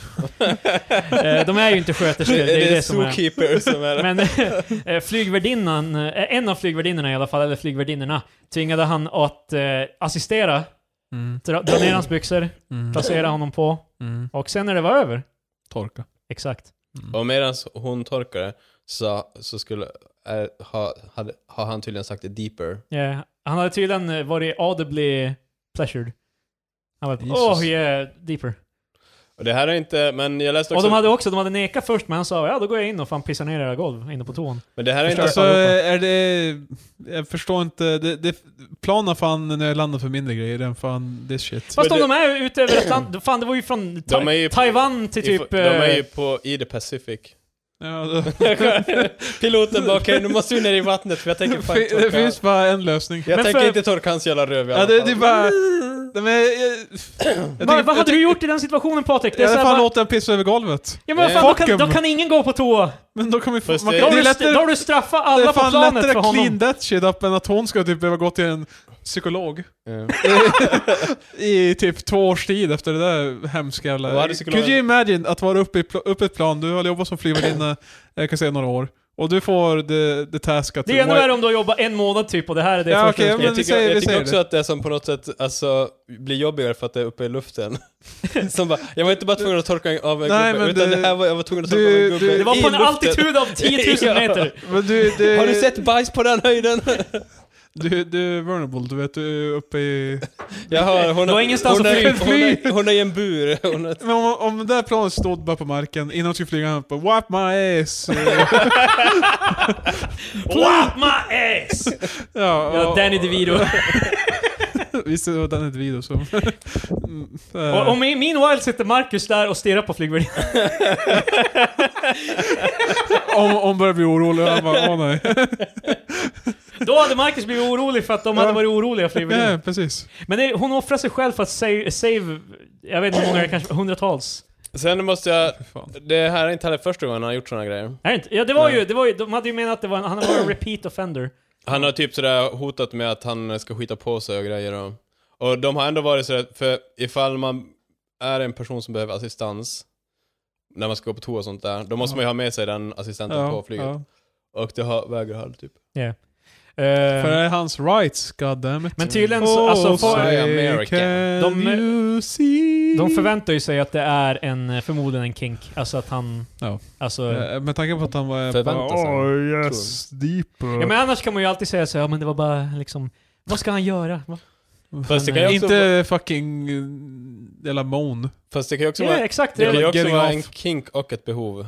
De är ju inte sköterskor. Det är det som är. Men flygvärdinnan, en av flygvärdinnorna i alla fall, eller flygvärdinnorna, tvingade han att assistera, dra ner hans byxor, placera honom på, och sen när det var över, torka. Exakt. Och medan hon torkade så skulle har han tydligen sagt det deeper. Yeah. Han hade tydligen varit audibly pleasured. Han var deeper. Och det här är inte, men jag läste också... Och de hade nekat först, men han sa, då går jag in och fan pissar ner era golv inne på toan. Men det här är inte... Alltså, jag förstår inte, planen fan när jag landar för mindre grejer än fan this shit. Fast om de är ute över ett land, fan det var ju från Taiwan till typ... De är ju i the Pacific. Ja, piloten bara, okej, nu måste vi ner i vattnet för jag tänker fan torka. Det finns bara en lösning. Jag tänker inte torka hans jävla röv i alla fall. Det är bara... Vad hade du gjort i den situationen, Patrik? Det är fan låta en pissa över golvet. Ja, men fan, då kan ingen gå på toa. Men då kan vi då har du straffat alla på planet för honom. Clean that shit up än att hon ska typ behöva gå till en psykolog. I typ 2 års tid efter det där hemska jävla... Could you imagine att vara uppe ett plan, du har jobbat som flygvärdinna, jag kan säga några år, Och du får the task att... Det är ännu värre om du har jobbat en månad typ och det här är det Ja, första okej, du ska- men Jag tycker också det. att det är som på något sätt alltså, blir jobbigare för att det är uppe i luften. Som bara, jag var inte bara tvungen att torka av en Nej, gubbe, men utan det- det här var, jag var tvungen att torka av en gubbe Det var i på en luften. altitud av 10 000 meter. Men Har du sett bajs på den höjden? Du är vulnerable, du vet, du är uppe i... Jag har, Det var ingenstans att flyga. hon är i en bur. Men om det där planet stod bara på marken innan de skulle flyga han på wipe my ass. What my ass! Ja, Danny DeVito. Visst det var Danny DeVito som... Och meanwhile sitter Marcus där och stirrar på flygvärdinnan. om börjar bli orolig, han bara, nej. Då hade Marcus blivit orolig för att de hade varit oroliga flygvärdinnan. Ja, precis. Men hon offrar sig själv för att save jag vet inte hur många, kanske hundratals. Sen måste jag... Fan. Det här är inte heller första gången han har gjort såna grejer. Är det inte? Ja, det var ju, de hade ju menat att han var en repeat offender. Han har typ sådär hotat med att han ska skita på sig och grejer. Och de har ändå varit sådär, för ifall man är en person som behöver assistans när man ska gå på toa och sånt där, då måste man ju ha med sig den assistenten på flyget. Ja. Och det vägrar han typ. Yeah. För det är hans rights, goddammit. Men tydligen så, alltså, de förväntar ju sig att det är förmodligen en kink. Alltså att han... Ja. Alltså, med tanke på att han var... Förväntar sig. Oh yes, deeper. ja, men annars kan man ju alltid säga så, ja men det var bara liksom... Vad ska han göra? Fast det kan ju också inte fucking... Jävla mon. Fast det kan ju också Ja, vara... exakt. Det kan ju också Getting vara off. en kink och ett behov.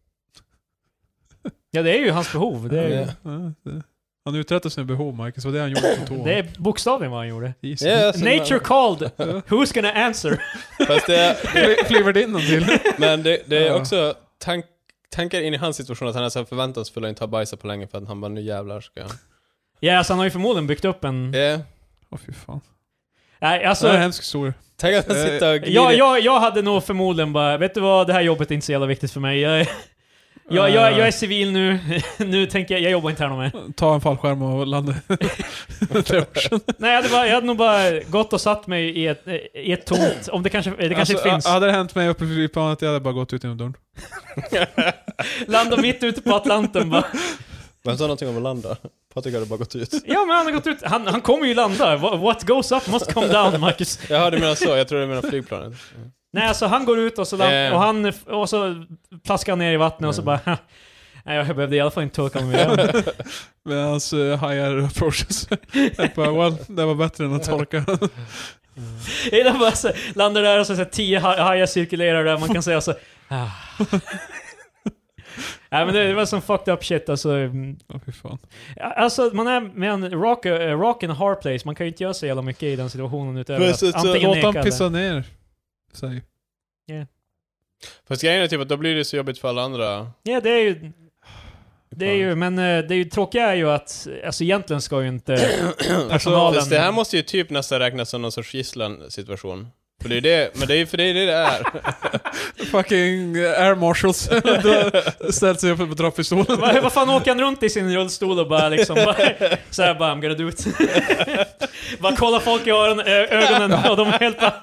Ja, det är ju hans behov. Det är, Ja. Han uträttade sina behov, Marcus. Vad det han gjorde på toan. det är bokstavligen vad han gjorde. Easy. Ja, alltså, Nature called. Who's gonna answer? Fast det, Flygvärdinnan till. men det är Ja. också tankar in i hans situation att han är så förväntansfull och inte har bajsat på länge för att han bara, nu jävlar ska jag... Ja, alltså han har ju förmodligen byggt upp en... Åh fy fan. Nej, alltså... Det är en hemsk historia. Tänk att han sitter och glider. Jag hade nog förmodligen bara, vet du vad, det här jobbet är inte så jävla viktigt för mig. Jag är civil nu. Nu tänker jag jobbar inte här någon mer. Ta en fallskärm och landa. Nej, jag hade nog bara gått och satt mig i ett tomt, om det kanske inte finns. Hade det hänt mig uppe i flygplanet, jag hade bara gått ut genom dörren. Landa mitt ute på Atlanten bara. Vem sa någonting om att landa? Patrik hade bara gått ut. Ja, men han har gått ut. Han kommer ju landa. What goes up must come down, Marcus. Jaha, du menar så. Jag tror du menar flygplanet. Nej, alltså han går ut och så och så plaskar han ner i vattnet och så bara... Nej, jag behövde i alla fall inte torka mig med. Med hans higher approaches. Jag bara, well, det var bättre än att torka. Hela bara så, landar där och så 10 hajar cirkulerar där. Man kan säga så... Nej, men det var som fucked up shit alltså. Fy fan. Alltså man är med en rock and a hard place. Man kan ju inte göra så jävla mycket i den situationen utöver att antingen Låt neka han pissa eller... ner sig. Fast grejen är typ att då blir det så jobbigt för alla andra. Ja, det är ju... Det är ju, men det är ju tråkiga är ju att, alltså egentligen ska ju inte personalen... Fast det här måste ju typ nästan räknas som någon sorts gisslan-situation. För det är det, men det är ju för det är det är. Fucking air marshals ställt sig upp med drappistolen. Vad fan åker han runt i sin rullstol och bara liksom såhär bara, I'm gonna do it. Bara kolla folk i ögonen och de är helt bara...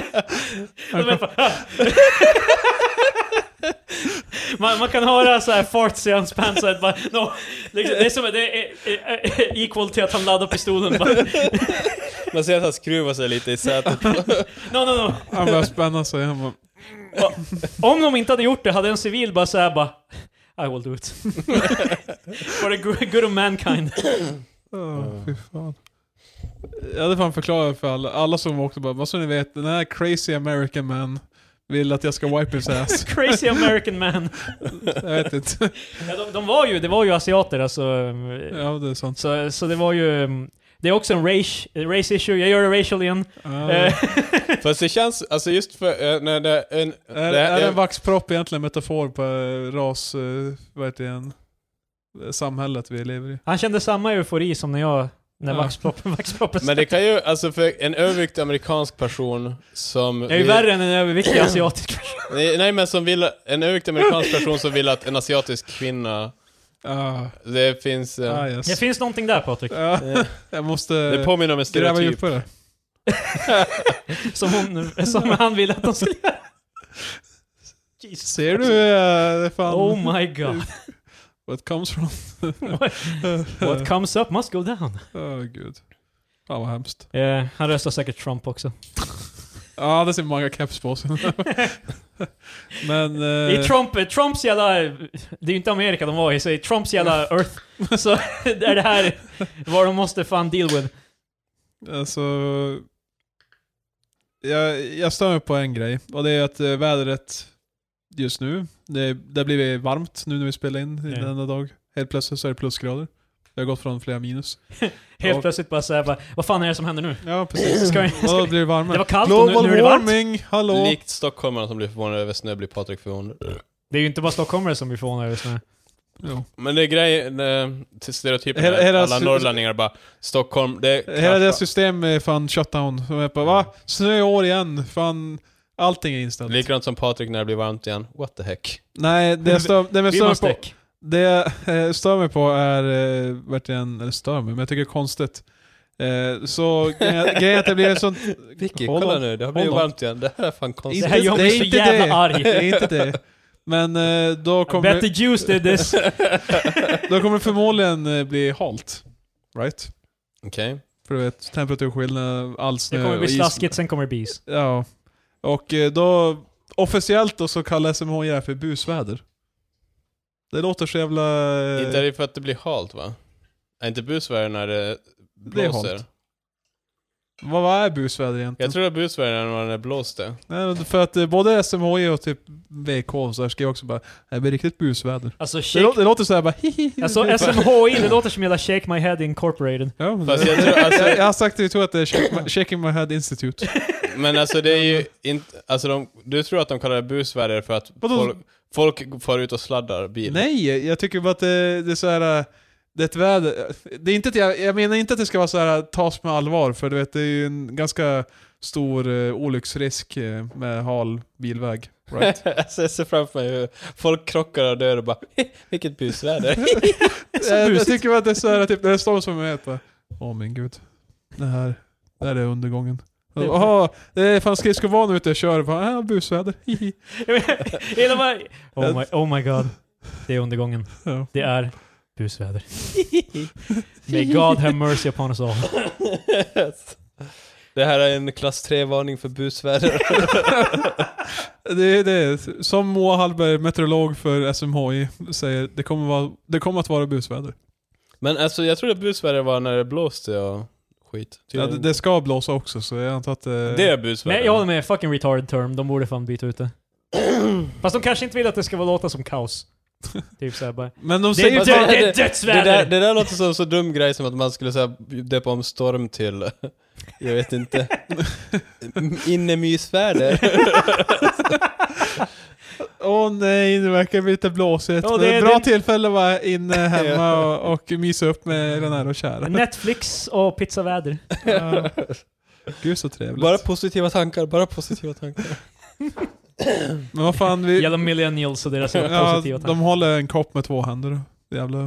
Man kan höra så här farts i hans pants så bara, no, liksom, det är som det är equal till att han laddar pistolen bara. Man ser att han skruvar sig lite i sätet. No. Han börjar spänna sig. Han bara, om de inte hade gjort det hade en civil bara såhär bara, I will do it. For the good of mankind. fy fan. Jag hade fan förklarat för alla som åkte bara, vad så ni vet, den här crazy American man vill att jag ska wipe his ass. Crazy American man. Jag vet inte. Ja, det var ju asiater alltså. Ja, det är sant. Så det var ju... Det är också en race issue. Jag gör det racial igen. Fast det känns, alltså just för... när det är en vaxpropp egentligen metafor på ras... vad heter det igen? Samhället vi lever i. Han kände samma eufori som när vaxproppen. Men det kan ju, alltså för en överviktig amerikansk person som... Det är ju värre än en överviktig asiatisk person. Nej, men som vill... En överviktig amerikansk person som vill att en asiatisk kvinna... Det finns... Yes. Det finns någonting där, Patrik. Jag måste... Det påminner om en gräva stereotyp. djupare. som han ville att de skulle göra. Ser du? Fan. Oh my god. What comes from... What comes up must go down. Gud. Fan vad hemskt. Han röstar säkert Trump också. Ja, det ser många caps på sig. Men... I Trumps jävla... Det är ju inte Amerika de var i, så i Trumps jävla Earth så är det här vad de måste fan deal with. Alltså... Jag stör mig på en grej. Och det är att vädret just nu, det blir varmt nu när vi spelar in i denna dag. Helt plötsligt så är det plusgrader. Det har gått från flera minus. Helt plötsligt bara såhär, vad fan är det som händer nu? Ja, precis. Då blir det varmare. Det var kallt och nu är det varmt. Hallå. Likt stockholmarna som blir förvånade över snö blir Patrik förvånad. Det är ju inte bara stockholmare som blir förvånade över snö. Jo. Men det är grejen, till stereotypen alla norrlänningar bara, Stockholm, det är... Hela det system är fan shutdown. Som är på, va? Snö i år igen. Fan, allting är inställt. Likadant som Patrik när det blir varmt igen. What the heck? Nej, det jag stör mig på är verkligen, eller stör mig, men jag tycker det är konstigt. Så grejen att det blir en sån... Vicky, kolla nu, det har blivit varmt igen. Det här är fan konstigt. Det här gör mig så jävla arg. Det är inte det. Men då kommer... Bet the juice did this. Då kommer det förmodligen bli halt. Right? Okej. För du vet, temperaturskillnad, all snö. Det kommer bli slaskigt, sen kommer det bis. Ja. Och då, officiellt då så kallar SMHI det här för busväder. Det låter så jävla... Inte är det för att det blir halt, va? Är inte busväder när det blåser? Det är halt. Vad är busväder egentligen? Jag tror det är busväder när det blåste. Nej, för att både SMHI och typ VK så här skrev också bara det blir riktigt busväder. Alltså, det låter så här bara alltså SMHI, det låter som hela Shake My Head Incorporated. Ja, fast jag tror, alltså, jag har sagt det, jag tror att det är Shaking My Head Institute. Men alltså det är ju inte, alltså du tror att de kallar det busväder för att folk får ut och sladdar bil? Nej, jag tycker bara att det är så här. Det är ett väder. Det är inte att jag menar inte att det ska vara så här tas med allvar, för du vet det är ju en ganska stor olycksrisk med hal bilväg, right? Alltså, jag ser framför mig hur folk krockar och dör och bara vilket busväder. Jag tycker bara att det är så här typ när det står som jag vet. Åh min gud. Det här är undergången. Jaha, det är fan skridskovan ute och kör på busväder. Oh my god. Det är undergången. Ja. Det är busväder. May God have mercy upon us all. Det här är en klass 3-varning för busväder. det är som Moa Hallberg, meteorolog för SMHI, säger det kommer att vara busväder. Men alltså jag tror att busväder var när det blåste och skit. Ja, det ska blåsa också, så jag antar att det är busväder. Men jag håller med, fucking retarded term. De borde fan byta ut det. Fast de kanske inte vill att det ska vara låta som kaos. Typ såhär bara. Men de säger det är dödsväder. Det där låter som så dum grej som att man skulle säga döpa om storm till jag vet inte. Innemysväder. Åh nej, det verkar bli lite blåsigt. Det är ett bra tillfälle att vara inne hemma och mysa upp med den här och kära. Netflix och pizzaväder. Ja. Gud så trevligt. Bara positiva tankar. Men vad fan Jävla millennials och deras positiva tankar. De håller en kopp med 2 händer. Jävla.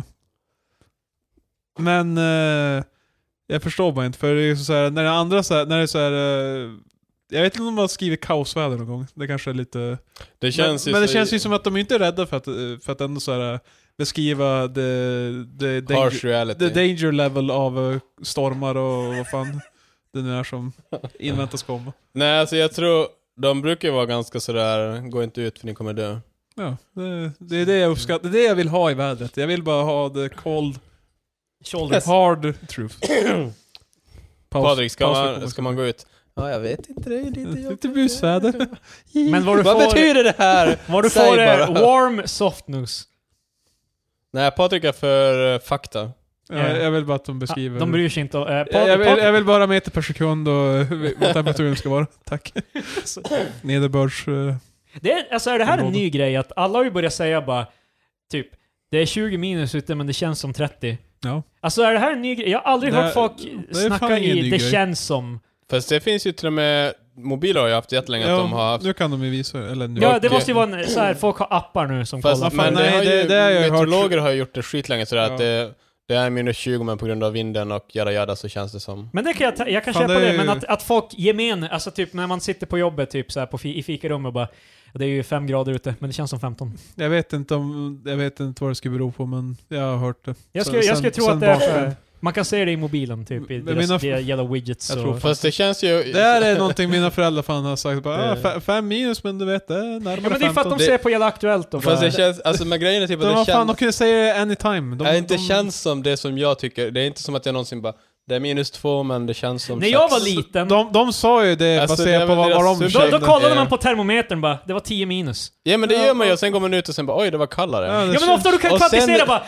Men jag förstår bara inte, för det är så här, när det andra så här, när det är så här, jag vet inte om de har skrivit kaosväder någon gång. Det kanske är lite. Det känns men det känns ju som att de inte är rädda för att ändå så här beskriva the danger level av stormar och vad fan det nu är som inväntas komma. Nej, alltså jag tror de brukar vara ganska sådär, gå inte ut för ni kommer dö. Ja, det är det jag uppskattar. Det är det jag vill ha i vädret. Jag vill bara ha the cold shoulder, hard truth. Patrik, ska man gå ut? Ja, jag vet inte, det är lite busväder. Men vad betyder det här? Vad du får är warm soft news. Nej, Patrik är för fakta. Ja, jag vill bara att de beskriver. De bryr sig inte. Jag vill bara meter per sekund och vad temperaturen ska vara. Tack. Nederbörds. Är det här en ny grej? Att alla har ju börjat säga bara typ, det är 20 minus ute men det känns som 30. Ja. Alltså är det här en ny grej? Jag har aldrig hört folk snacka i det grej. Känns som. Fast det finns ju till och med mobiler har ju haft jättelänge att de har haft. Nu kan de ju visa eller nu. Ja, det måste ju vara så här, folk har appar nu som fast, kollar. Men det är ju meteorologer har ju gjort det skitlänge sådär att Det är minus 20 men på grund av vinden och jada så känns det som. Men det kan jag kan köpa det, men att folk gemen, alltså typ när man sitter på jobbet typ så här i fikarummet och bara, det är ju 5 grader ute, men det känns som 15. Jag vet inte vad det ska bero på, men jag har hört det. Jag skulle tro att det är man kan se det i mobilen typ, i deras yellow widgets. Jag tror fast det känns ju... Det här är någonting mina föräldrar fan har sagt. Bara, 5 minus, men du vet, det är närmare 15. Ja, men det är för att de ser på Jävla Aktuellt då. Fast det känns, alltså med grejen är typ att det känns... Fan, de kunde säga anytime. Det inte känns som det som jag tycker. Det är inte som att jag någonsin bara... Det är minus 2, men det känns som... När jag var liten... De sa ju det alltså, baserat på vad de då kollade man på termometern bara, det var 10 minus. Ja, men det gör man ju, och sen går man ut och sen bara, oj, det var kallare. Ja, men ofta du kan kvantisera bara...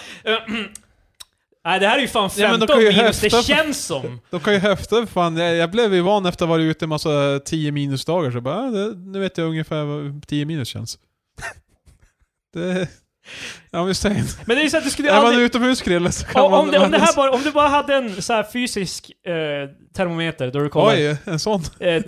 Nej, det här är ju fan 15 minus, det känns som. De kan ju höfta, fan. Jag blev ju van efter att vara ute en massa 10 minusdagar, så bara, nu vet jag ungefär vad 10 minus känns. Det... Ja, men säg. Men det är ju så att du skulle aldrig... Är man utomhusgrill så kan om du bara hade en så här fysisk termometer då du kollar. Oj, en sån.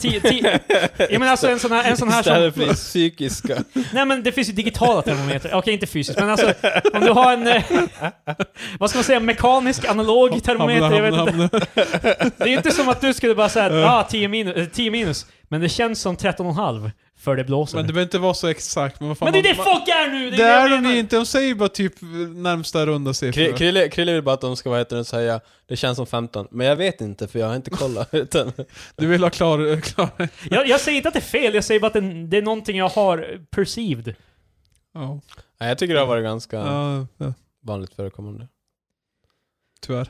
Jag menar alltså en sån här istället för psykiska. Nej, men det finns ju digitala termometer. Okej, inte fysiskt, men alltså om du har en vad ska man säga, mekanisk analog termometer, jag vet inte. Det är ju inte som att du skulle bara säga 10 minus, men det känns som 13,5. För det blåser. Men det behöver inte vara så exakt. Men, men det är det folk är nu! Det är de inte. De säger bara typ närmsta runda siffror. Krille vill bara att de ska vara och säga det känns som 15. Men jag vet inte, för jag har inte kollat. Du vill ha klar. Jag säger inte att det är fel. Jag säger bara att det är någonting jag har perceived. Oh. Nej, jag tycker det har varit ganska vanligt förekommande. Tyvärr.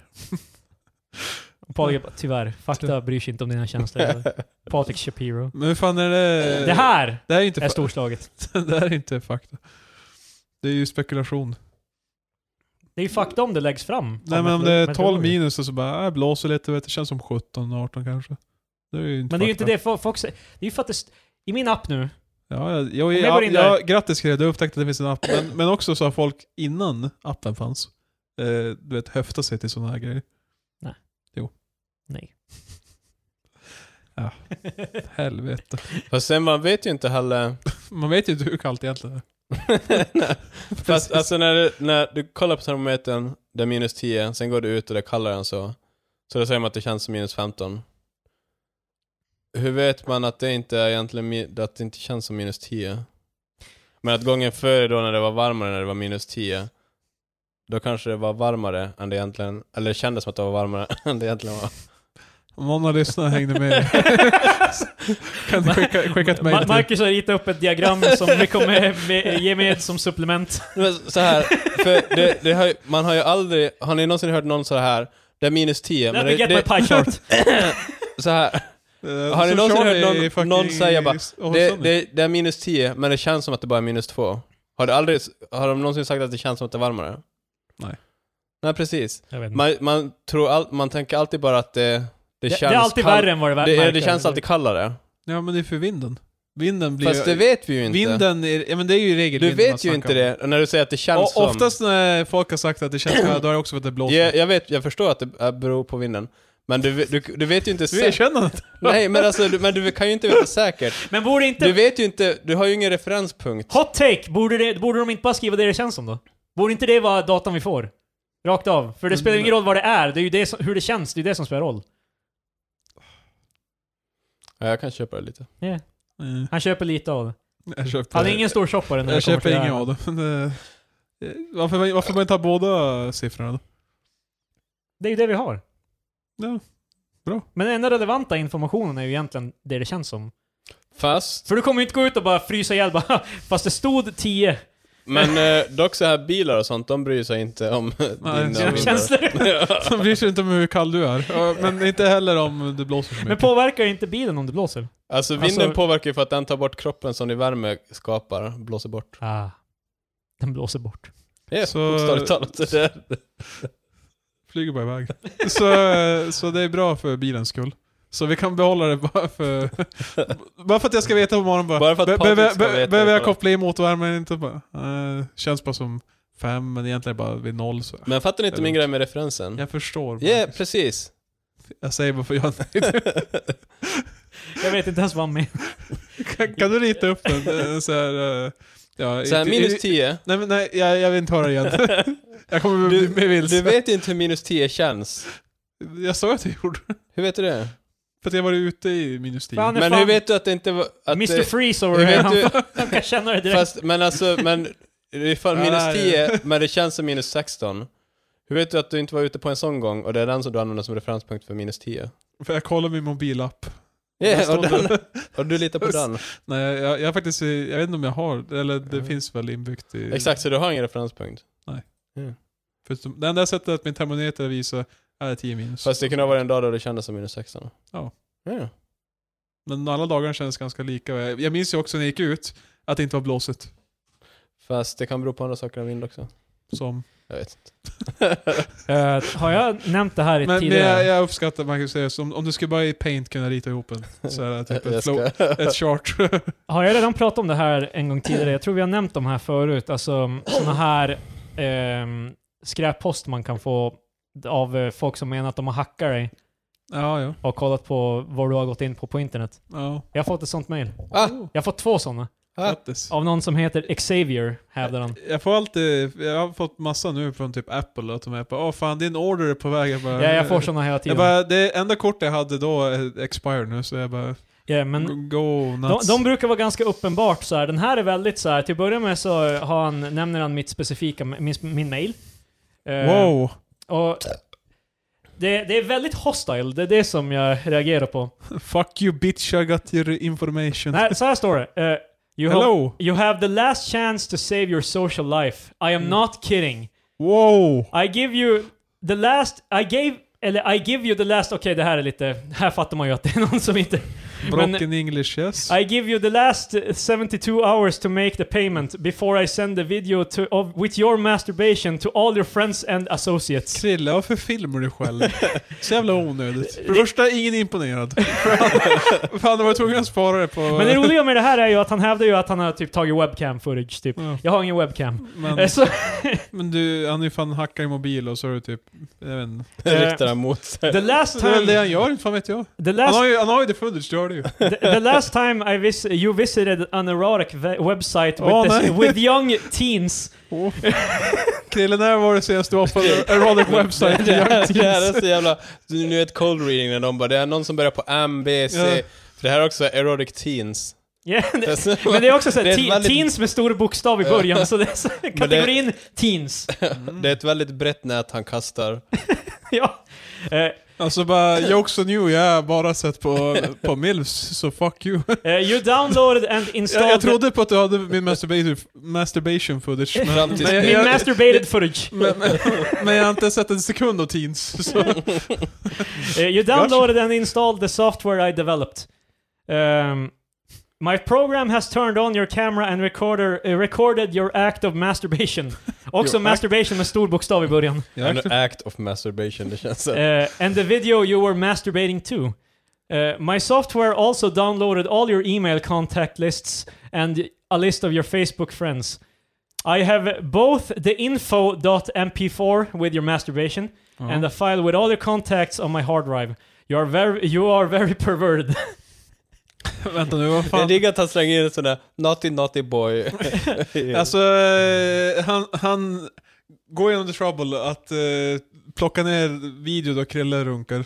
Patrik, tyvärr. Fakta bryr sig inte om dina känslor. Patrik Shapiro. Men hur fan är det... Det här är inte är storslaget. Det här är inte fakta. Det är ju spekulation. Det är ju fakta om det läggs fram. Nej, men om det är 12 minus och så bara blåser lite, vet, det känns som 17, 18 kanske. Det är ju inte men det är ju inte det folk säger. Det är ju för att i min app nu. Ja, grattis Grej, du upptäckte att det finns en app. Men också så har folk innan appen fanns du vet, höfta sig till sådana här grejer. Nej. Jo. Nej. Ja. Helvete. Fast sen man vet ju inte heller... Man vet ju inte hur kallt egentligen är. Fast alltså när du kollar på termometern, det är minus 10, sen går du ut och det är kallare än så då säger man att det känns som minus 15. Hur vet man att det inte är egentligen att det inte känns som minus 10? Men att gången före då när det var varmare, när det var minus 10, då kanske det var varmare än det egentligen, eller det kändes som att det var varmare än det egentligen var. Om någon har lyssnat hängde med. Kan du skicka ett mejl till? Marcus har ritat upp ett diagram som vi kommer ge med som supplement. Så här, för man har ju aldrig... Har ni någonsin hört någon så här? Det är minus 10. Let me get my pie chart. Så här. Har ni någonsin hört någon säga bara det är minus 10, men det känns som att det bara är minus 2? Har de någonsin sagt att det känns som att det är varmare? Nej, precis. Man tänker alltid bara att det känns... Det är alltid värre än vad det är. Det känns alltid kallare. Ja, men det är för vinden. Vinden blir... Fast det vet vi ju inte. Vinden är... Ja, men det är ju i regel du vet ju inte det när du säger att det känns som... Oftast när folk har sagt att det känns kallare, då är det också för att det blåser. Jag förstår att det beror på vinden. Men du vet ju inte säkert. Du erkänner inte. Nej, men alltså, du kan ju inte veta säkert. Men borde inte... Du vet ju inte, du har ju ingen referenspunkt. Hot take, borde de inte bara skriva det känns som då? Borde inte det vara datan vi får? Rakt av. För det spelar ingen roll vad det är ju det hur det känns, det är det som spelar roll. Ja, jag kan köpa det lite. Yeah. Han köper lite av det. Han är ingen stor shoppare när jag köper ingen av det. Varför man inte ha båda siffrorna då? Det är ju det vi har. Ja, bra. Men den enda relevanta informationen är ju egentligen det känns som. Fast... För du kommer ju inte gå ut och bara frysa ihjäl bara, fast det stod 10. Men dock så här bilar och sånt, de bryr sig inte om dina känslor. De bryr sig inte om hur kall du är. Men inte heller om det blåser så mycket. Men påverkar inte bilen om det blåser? Alltså vinden påverkar ju för att den tar bort kroppen som din värme skapar. Blåser bort. Den blåser bort. Ja, bokstavligt talat. Flyger bara iväg. Så det är bra för bilens skull. Så vi kan behålla det bara för att jag ska veta på morgonen bara för att behöver jag koppla i motorvärmen inte bara. Känns bara som 5, men egentligen bara vid 0 så. Men fattar ni inte min grej med referensen? Jag förstår. Ja, precis. Jag säger bara för jag jag vet inte ens vad med. Kan du rita upp en så här så här minus 10? Nej, jag vill inte höra igen. Jag kommer bli med vilse. Du vet inte hur minus 10 känns. Jag sa att jag gjorde. Hur vet du det? För att jag var ute i minus 10. Men hur vet du att det inte var... Att Mr. Freeze over here. Han kan känna det direkt. Fast, men alltså, ifall minus 10, men det känns som minus 16. Hur vet du att du inte var ute på en sån gång och det är den som du använder som referenspunkt för minus 10? För jag kollar min mobilapp. Och du litar på den? Nej, jag faktiskt, jag vet inte om jag har, eller det finns väl inbyggt i... Exakt, så du har ingen referenspunkt? Nej. För det enda sättet att min termometer visar är 10 minus. Fast det kunde ha varit en dag då det kändes som minus 16. Ja. Men alla dagar känns ganska lika. Jag minns ju också när jag gick ut att det inte var blåsigt. Fast det kan bero på andra saker än vind också. Som... Jag vet inte. Har jag nämnt det här tidigare? Men jag uppskattar Marcus seriöst. Om du skulle bara i Paint kunna rita ihop en så är det typ ett chart. Har jag redan pratat om det här en gång tidigare? Jag tror vi har nämnt de här förut. Alltså såna här skräppost man kan få av folk som menar att de har hackat dig. Ja. Och kollat på vad du har gått in på internet. Ja. Jag har fått ett sånt mail. Jag har fått 2 sådana. Av någon som heter Xavier, hävdar han. Jag har fått massa nu från typ Apple att de är på, fan din order är på väg. Jag får såna hela tiden. Det enda kortet jag hade då är expired nu, så jag bara... men go nuts. De brukar vara ganska uppenbart så här. Den här är väldigt så här. Till att börja med så nämner han mitt specifika, min mail. Wow. Och det är väldigt hostile, det är det som jag reagerar på. Fuck you bitch, I got your information. Nej, så här står det. You have the last chance to save your social life. I am not kidding. Wow. I give you the last... I give you the last... Okej, det här är lite... Här fattar man ju att det är någon som inte... Broken English, yes. I give you the last 72 hours to make the payment before I send the video with your masturbation to all your friends and associates. Krille, varför filmar du själv? Så jävla onödigt. För det första är ingen imponerad. Fan, var tvungen att spara det på... Men det roliga med det här är ju att han hävdar ju att han har typ tagit webcam footage, typ. Ja. Jag har ingen webcam. Men han är ju fan hackar i mobil och så är det typ... Jag vet inte. Riktar han mot sig. The last time... Det är väl det han gör, inte fan vet jag. Han har ju det footage, gör det ju. The last time you visited an erotic website with young teens. Krille, när var det senast du var på erotic website with young teens? Det här är så jävla... Nu är ett cold reading när de bara... Det är någon som börjar på M, B, C. Ja. För det här är också erotic teens. Yeah, men det är också så här, teens med stor bokstav i början, så det är så, kategorin teens. Det är ett väldigt brett nät han kastar. Ja. Alltså bara, jokes on you, jag har bara sett på MILFs, så fuck you. You downloaded and installed... Jag trodde på att du hade min masturbation footage. Min masturbated footage. Men jag har inte sett en sekund av teens. Så. You downloaded and installed the software I developed. My program has turned on your camera and recorded your act of masturbation. Också masturbation med stor bokstav i början. An act of masturbation, det känns så. And the video you were masturbating to. My software also downloaded all your email contact lists and a list of your Facebook friends. I have both the info.mp4 with your masturbation and a file with all your contacts on my hard drive. You are very perverted. Vänta nu, vad fan? Det är att han slänger in en sån där naughty boy. Alltså, han går igenom the trouble att plocka ner video då Krille runkar.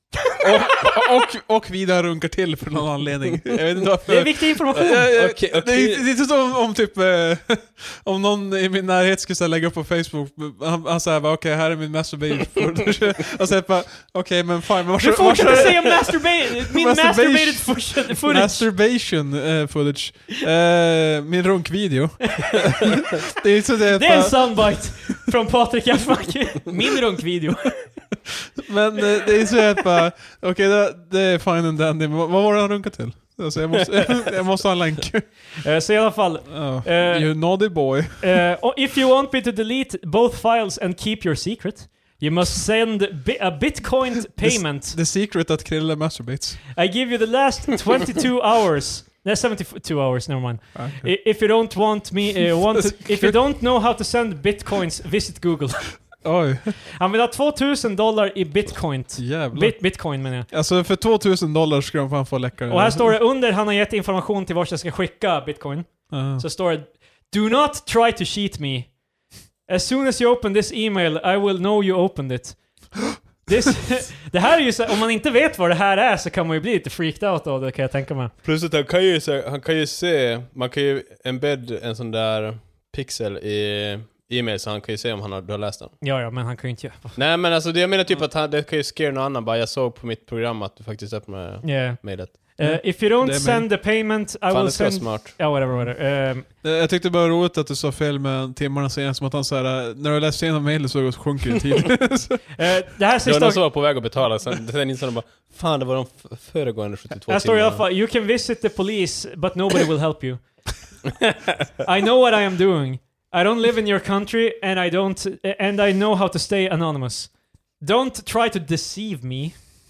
Och vidare runkar till för någon anledning. Jag vet inte varför. Det är viktig information. Okay. Det är inte som om typ om någon i min närhet skulle lägga upp på Facebook, han säger bara okej, här är min masturbation footage. Och så bara okej, men fine, men du fortsätter säga masturbated footage. Masturbation footage. Min runkvideo. Det är en soundbite från Patrik Jaffmark. Min runkvideo. Men det är så att bara okej, det är fine and dandy. Vad var det han runkade till? Alltså jag måste ha en länk. Så i alla fall you naughty boy. If you want me to delete both files and keep your secret, you must send a Bitcoin payment. The secret att Krille masturbates. I give you the last 22 hours. No, 72 hours, never mind. Okay. If you don't want me if you don't know how to send bitcoins, visit Google. Oj. Han vill ha $2,000 i bitcoin. Jävlar. Bitcoin menar jag. Alltså för $2,000 ska de fan få läckare. Och här står det under, han har gett information till vart jag ska skicka bitcoin. Så står det: Do not try to cheat me. As soon as you open this email, I will know you opened it. Det här är ju så, om man inte vet vad det här är så kan man ju bli lite freaked out av det, kan jag tänka mig. Plus att han kan ju se, man kan ju embed en sån där pixel i e-mail så han kan ju se om du har läst den. Ja, men han kan ju inte göra. Nej, men alltså jag menar typ att det kan ju scare någon annan. Bara jag såg på mitt program att du faktiskt öppnade mejlet. If you don't send the payment, I will send... smart. Ja, whatever. Jag tyckte bara roligt att du sa fel med timmarna sen, som att han såhär, när du läste igenom mejlet så sjunker i tid. Det här sista... Det var någon som var på väg att betala, sen insåg de bara, fan det var de föregående 72 timmar. Här står i alla fall, you can visit the police, but nobody will help you. I know what I am doing. I don't live in your country, and I know how to stay anonymous. Don't try to deceive me.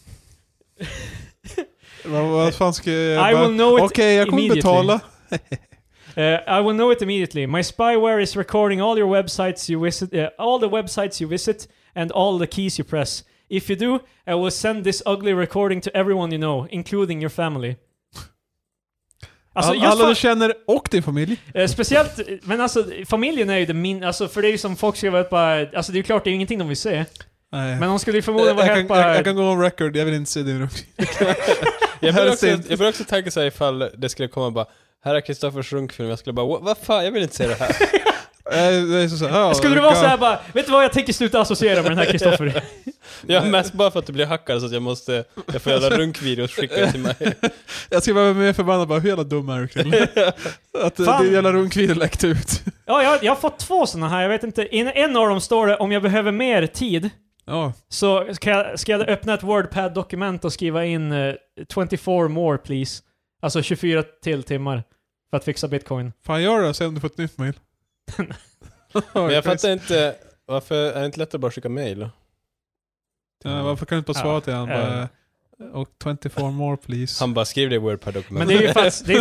Vad fan ska jag I will know it Okej, jag kommer betala. I will know it immediately. My spyware is recording all your websites you visit, all the websites you visit, and all the keys you press. If you do, I will send this ugly recording to everyone you know, including your family. Alltså, alla du känner och din familj. Speciellt, men alltså familjen är ju det alltså för det är ju som folk skriver bara, alltså det är ju klart det är ingenting de vill se. Nej. Men de skulle ju förmodligen vara helt bara... Jag kan gå on record, jag vill inte se din rum. Jag börjar också tänka sig ifall det skulle komma bara, här är Kristoffers runkfilm, jag skulle bara, vad fan, jag vill inte se det här. Det är så skulle det vara så här bara, vet du vad, jag tänker sluta associera med den här Kristoffer. Ja, mest bara för att du blir hackad så att jag får jävla runkvideos skickade till mig. Jag ska vara mer förbannad bara, hur jävla dum är du? Att det jävla runkvideo läckte ut. Ja, jag har fått 2 såna här, jag vet inte. En av dem står det, om jag behöver mer tid, så ska jag öppna ett WordPad-dokument och skriva in 24 more please. Alltså 24 till timmar för att fixa Bitcoin. Fan, gör det, sen du får ett nytt mail. Men jag fattar inte, varför är det inte lättare att bara skicka mail? Varför kan du inte bara svara till han och 24 more please. Han bara skriver det i WordPad-dokument. Men det är ju för att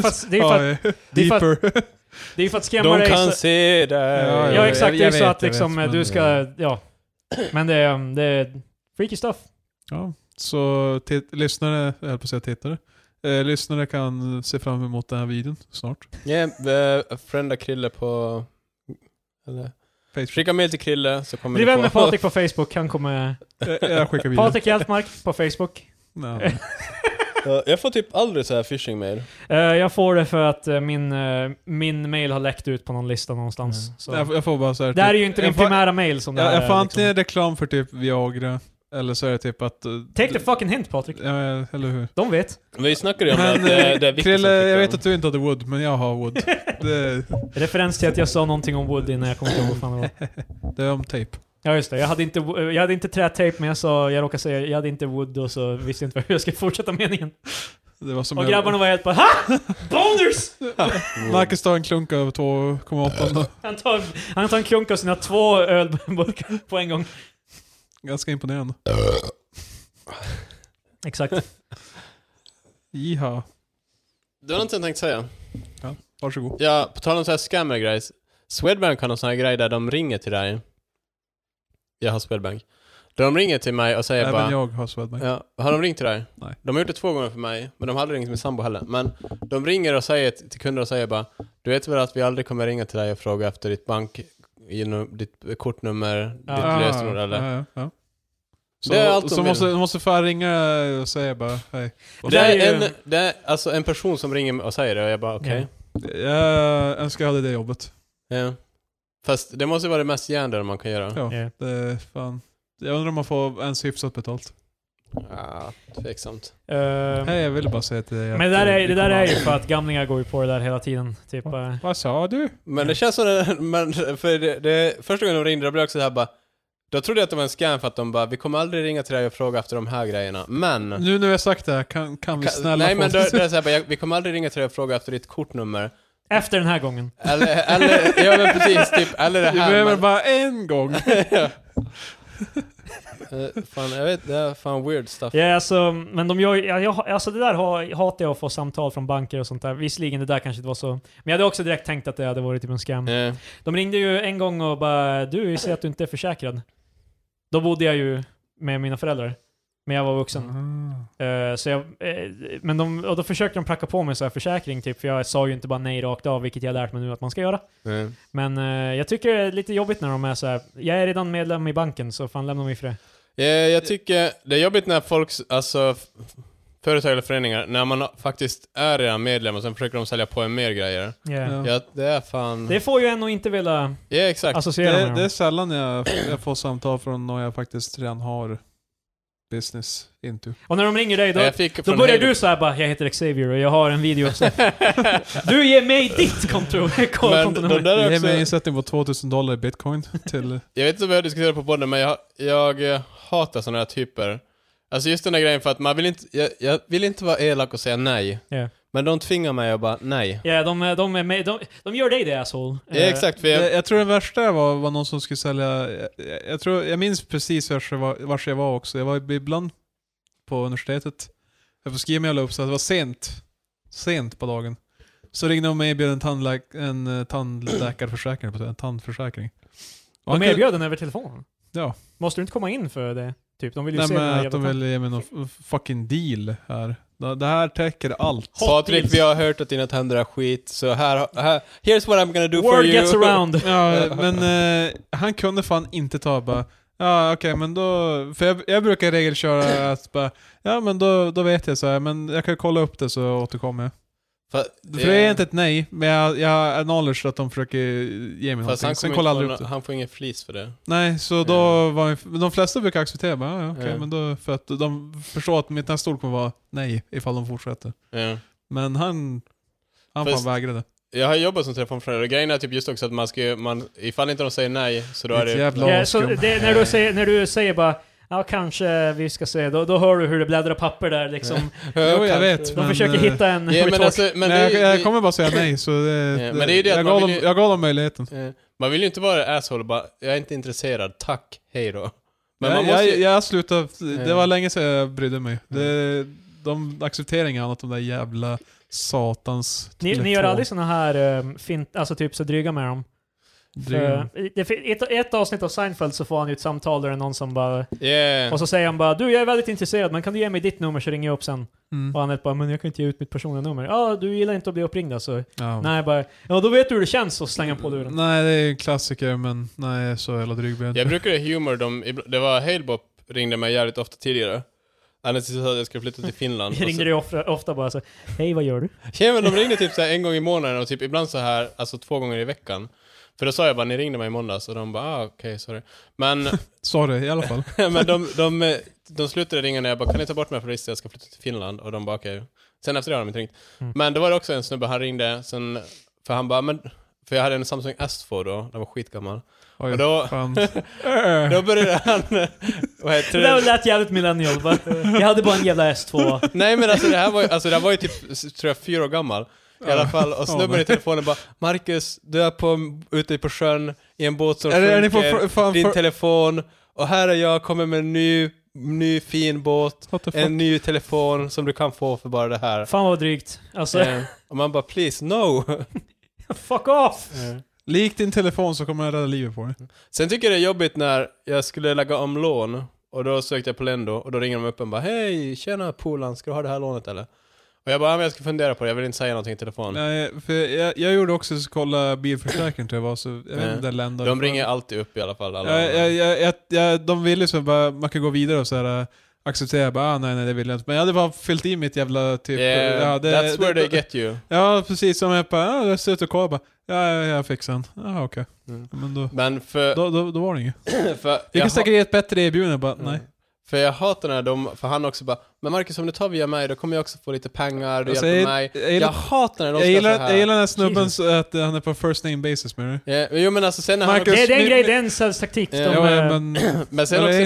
det är för att skrämma dig. De kan se det. Ja, exakt. Det är så att liksom du ska, men det är freaky stuff. Ja, så lyssnare, jag höll på att säga tittare. Lyssnare kan se fram emot den här videon snart. Ja, frända Krille på... Eller... Facebook. Skicka mail till Krille så kommer bli vän med Patrik på Facebook, han kommer... Jag skickar video. Patrik Hjältmark på Facebook. No. Jag får typ aldrig så här phishing-mail. Jag får det för att min mail har läckt ut på någon lista någonstans. Så. Jag får bara så här, det här är ju inte min primära mail som det här jag får är, antingen liksom. reklam för typ Viagra, eller så är det typ att... Take the fucking hint, Patrik. Ja, eller hur? De vet. Men vi snackade ju om att det är viktigt. Krille, jag vet att du inte hade wood, men jag har wood. Referens till att jag sa någonting om wood innan jag kom till vad det är om tape. Ja, just det. Jag hade inte trätape, men jag råkade säga jag hade inte wood, och så visste jag inte hur jag skulle fortsätta meningen. Det var som och grabbarna var helt bara, ha! Boners! Marcus tar en klunk av 2,8. Han tar en klunk av sina 2 ölburkar på en gång. Ganska imponerande. Exakt. Jiha. Du har någonting jag tänkt säga. Ja, varsågod. Ja, på tal om så här scammer grejs. Swedbank har någon sån här grej där de ringer till dig. Jag har Swedbank. De ringer till mig och säger även bara... Även jag har Swedbank. Ja, har de ringt till dig? Nej. De har gjort det 2 gånger för mig, men de har aldrig ringt min sambo heller. Men de ringer och säger till kunder och säger bara, du vet väl att vi aldrig kommer ringa till dig och fråga efter ditt ditt kortnummer, ditt lösenord eller? Ja. Så, det är allt så måste fan ringa och säga bara hej. Det är alltså en person som ringer och säger det och jag bara okej. Jag önskar jag hade det jobbet. Ja. Fast det måste vara det mest hjärndöda man kan göra. Ja, det är fan. Jag undrar om man får ens hyfsat betalt. Ja, tveksamt. Nej, jag ville bara säga till dig. Men det där är ju för att gamlingar går ju på det där hela tiden. Typ, vad sa du? Men det känns som för det första gången de ringde, då blev jag också så här bara, då trodde jag att det var en scam för att de bara, vi kommer aldrig ringa till dig och fråga efter de här grejerna. Men... Nu när jag sagt det här, kan vi snälla nej, men då är det så här bara, vi kommer aldrig ringa till dig och fråga efter ditt kortnummer. Efter den här gången. Eller ja men precis, typ, eller det här. Du behöver bara en gång. Fan, jag vet, det är fan weird stuff. Ja, alltså, men de gör alltså det där hatar jag att få samtal från banker och sånt där. Visserligen det där kanske inte var så. Men jag hade också direkt tänkt att det hade varit typ en scam. De ringde ju en gång och bara, du ser att du inte är försäkrad. Då bodde jag ju med mina föräldrar. Men jag var vuxen. Så men då försökte de pracka på mig så här försäkring typ, för jag sa ju inte bara nej rakt av, vilket jag har lärt mig nu att man ska göra. Men jag tycker det är lite jobbigt när de är så här. Jag är redan medlem i banken, så fan lämna mig för det. Jag tycker det är jobbigt när folk, alltså företag eller föreningar, när man faktiskt är redan medlem och sen försöker de sälja på en mer grejer. Ja, det är fan... Det får ju ändå inte vilja associera med dem. Det är sällan jag får samtal från någon jag faktiskt redan har business into. Och när de ringer dig, då börjar du så här bara, jag heter Xavier och jag har en video. Du ger mig ditt konto. Ge mig insättning på $2,000 i bitcoin till... Jag vet inte vad jag diskuterar på podden, men jag hatar sådana här typer. Alltså just den här grejen, för att man vill inte... Jag vill inte vara elak och säga nej. Yeah. Men de tvingar mig att bara nej. Ja, de gör dig det, asshole. Ja, exakt. För jag tror den värsta var någon som skulle sälja... Jag minns precis vars jag var också. Jag var i bibblan på universitetet. Jag får skriva mig alla upp så att det var sent på dagen. Så ringde de mig och erbjöd en tandläkarförsäkring, en tandförsäkring. Och de erbjöd den över telefonen? Ja. Måste du inte komma in för det? Typ, de vill ju se men att de vill ge mig någon fucking deal här. Det här täcker allt. Patrik, vi har hört att dina tänder är skit, så här here's what I'm gonna do Word for you. Word gets around. Ja, men han kunde fan inte ta bara... Ja, okej, men då... För jag brukar i regel köra att bara... Ja, men då vet jag så här, men jag kan kolla upp det så återkommer jag. För det är inte ett nej, men jag har knowledge att de försöker ge mig någonting. Sen kollar aldrig upp det. Han får ingen flis för det. Nej, så då var de flesta brukar acceptera bara, okej, men då, för att de förstår att mitt nästa ord kommer vara nej ifall de fortsätter. Ja. Men han fan vägrade. Jag har jobbat som telefonförsäljare. Grejen är typ just också att ifall inte de säger nej, så då är det... Jävla så när du säger bara, ja, kanske vi ska se. Då hör du hur det bläddrar papper där liksom. Jo, jag vet. De försöker hitta en retort. Jag kommer bara säga nej, så men det är ju det jag gav dem möjligheten. Man vill ju inte vara asshole, bara, jag är inte intresserad, tack, hej då. Men jag slutade, det var länge sedan jag brydde mig. De accepterar inget annat, de där jävla satans... Ni gör aldrig såna här alltså typ så dryga med dem. Ett avsnitt av Seinfeld så får han ju ett samtal där det är någon som bara... Och så säger han bara, du, jag är väldigt intresserad, men kan du ge mig ditt nummer så ringer jag upp sen. Och han är bara, men jag kan inte ge ut mitt personliga nummer. Ja, du gillar inte att bli uppringd så. Nej, bara, ja, då vet du hur det känns att slänga på luren. Nej, det är en klassiker, men nej, så jävla dryg. Jag brukade humor dem. Det var Halebop ringde mig jävligt ofta tidigare. Han sa att jag skulle flytta till Finland. Jag ringde dig ofta bara så, hej, vad gör du? Ja, men de ringde typ så här en gång i månaden och typ ibland så här, alltså 2 gånger i veckan. För då sa jag bara, ni ringde mig i måndags och de bara, okej, sorry. Men... sorry, i alla fall. Men de slutade ringa när jag bara, kan ni ta bort mig från listan, jag ska flytta till Finland. Och de bara, okej. Sen efter det har de inte ringt. Men det var också en snubbe, han ringde sen, för han bara, för jag hade en Samsung S2 då, den var skitgammal. Oj, och då började han, vad heter det? Det lät jävligt millennial, va? Jag hade bara en jävla S2. Nej, men alltså det här var ju typ, tror jag, 4 år gammal. I alla fall, och snubben i telefonen bara, Marcus, du är ute på sjön i en båt som sjunker, din telefon, och här är jag, kommer med en ny fin båt, en ny telefon som du kan få för bara det här. Fan vad drygt. Alltså. Och man bara, please, no. Fuck off. Lik din telefon så kommer jag rädda livet på dig. Sen tycker jag det är jobbigt när jag skulle lägga om lån, och då sökte jag på Lendo, och då ringer de upp och bara, hej, tjena Polan, ska du ha det här lånet eller? Och jag bara, men jag ska fundera på det, jag vill inte säga någonting i telefon. Nej, för jag gjorde också så kolla bilförsäkringen tror jag var, så jag vet inte, länder. De ringer alltid upp i alla fall. De ville så bara, man kan gå vidare och så här, acceptera, bara, nej, det vill jag inte. Men jag hade bara fyllt i mitt jävla typ... that's where they get you. Ja, precis, som jag bara, jag stöter och kollar bara, jag fixar den. Ja, okej. Men då var det inget. Jag kan säkert ge ett bättre erbjudande, bara, nej. För jag hatar när för han också bara, men Marcus, om du tar via mig, då kommer jag också få lite pengar, du hjälper mig. Jag hatar när de ska så här. Jag gillar den här snubben så att han är på first name basis med det. Jo, men alltså sen när Marcus, det är en grej, det är en säljstaktik. Men sen också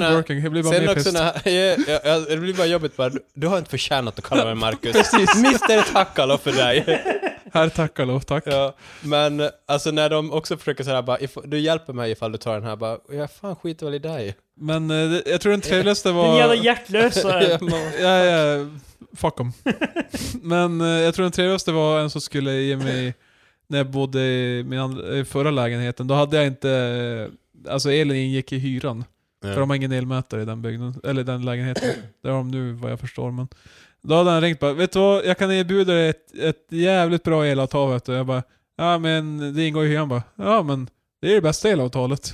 när det blir bara jobbigt bara, du har inte förtjänat att kalla mig Marcus. Precis. Mr. Tackalo för dig. Herr Tackalo, tack. Ja, men alltså när de också försöker säga bara, du hjälper mig ifall du tar den här, bara, jag fan skiter väl i dig. Men jag tror den trevligaste var... Den jävla hjärtlösa. ja, fuck em. Men jag tror den trevligaste var en som skulle ge mig, när jag bodde i min förra lägenheten, då hade jag inte, alltså elen ingick i hyran. För de har ingen elmätare i den byggnaden, eller den lägenheten. Det har de nu, vad jag förstår. Men då hade han ringt bara, vet du vad, jag kan erbjuda dig ett jävligt bra elavtal, vet du. Jag bara, ja men det ingår ju hyran. Bara, ja men det är det bästa elavtalet.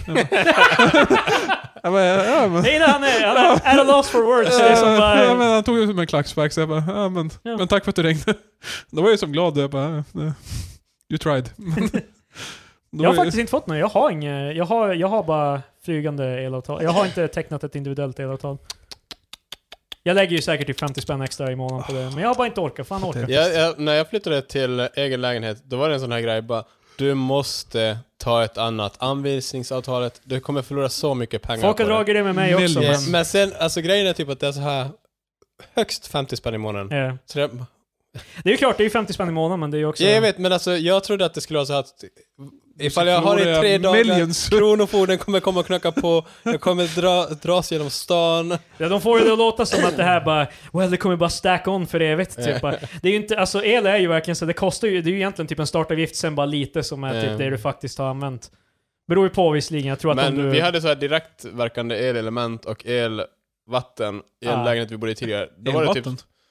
Nej, han är at a loss for words. Det är som bara... ja, men han tog ut som en klackspark, så jag bara, ja men tack för att du ringde. Då var jag som glad, jag bara, you tried. Jag har faktiskt inte fått något. Jag har bara flygande elavtal. Jag har inte tecknat ett individuellt elavtal. Jag lägger ju säkert typ 50 spänn extra i månaden på det. Men jag har bara inte orkat. Fan orkar. När jag flyttade till egen lägenhet, då var det en sån här grej bara, du måste ta ett annat anvisningsavtalet. Du kommer förlora så mycket pengar. Folk har dragit det med mig också. Men sen, alltså grejen är typ att det är så här högst 50 spänn i månaden. Yeah. Så det är ju klart, det är ju 50 spänn i månaden, men det är ju också... Ja, jag vet, men alltså jag trodde att det skulle vara så att ifall jag har det i 3 dagar, kronofogden kommer komma och knacka på, jag kommer dras genom stan. Ja, de får ju det att låta som att det här bara, det kommer bara stack on för evigt, typ. Det är ju inte, alltså el är ju verkligen så, det kostar ju, det är ju egentligen typ en startavgift sen bara lite som är typ det du faktiskt har använt. Beror ju på visserligen, jag tror att men vi hade så här direktverkande elelement och elvatten i en lägenhet vi bodde i tidigare. Då var det typ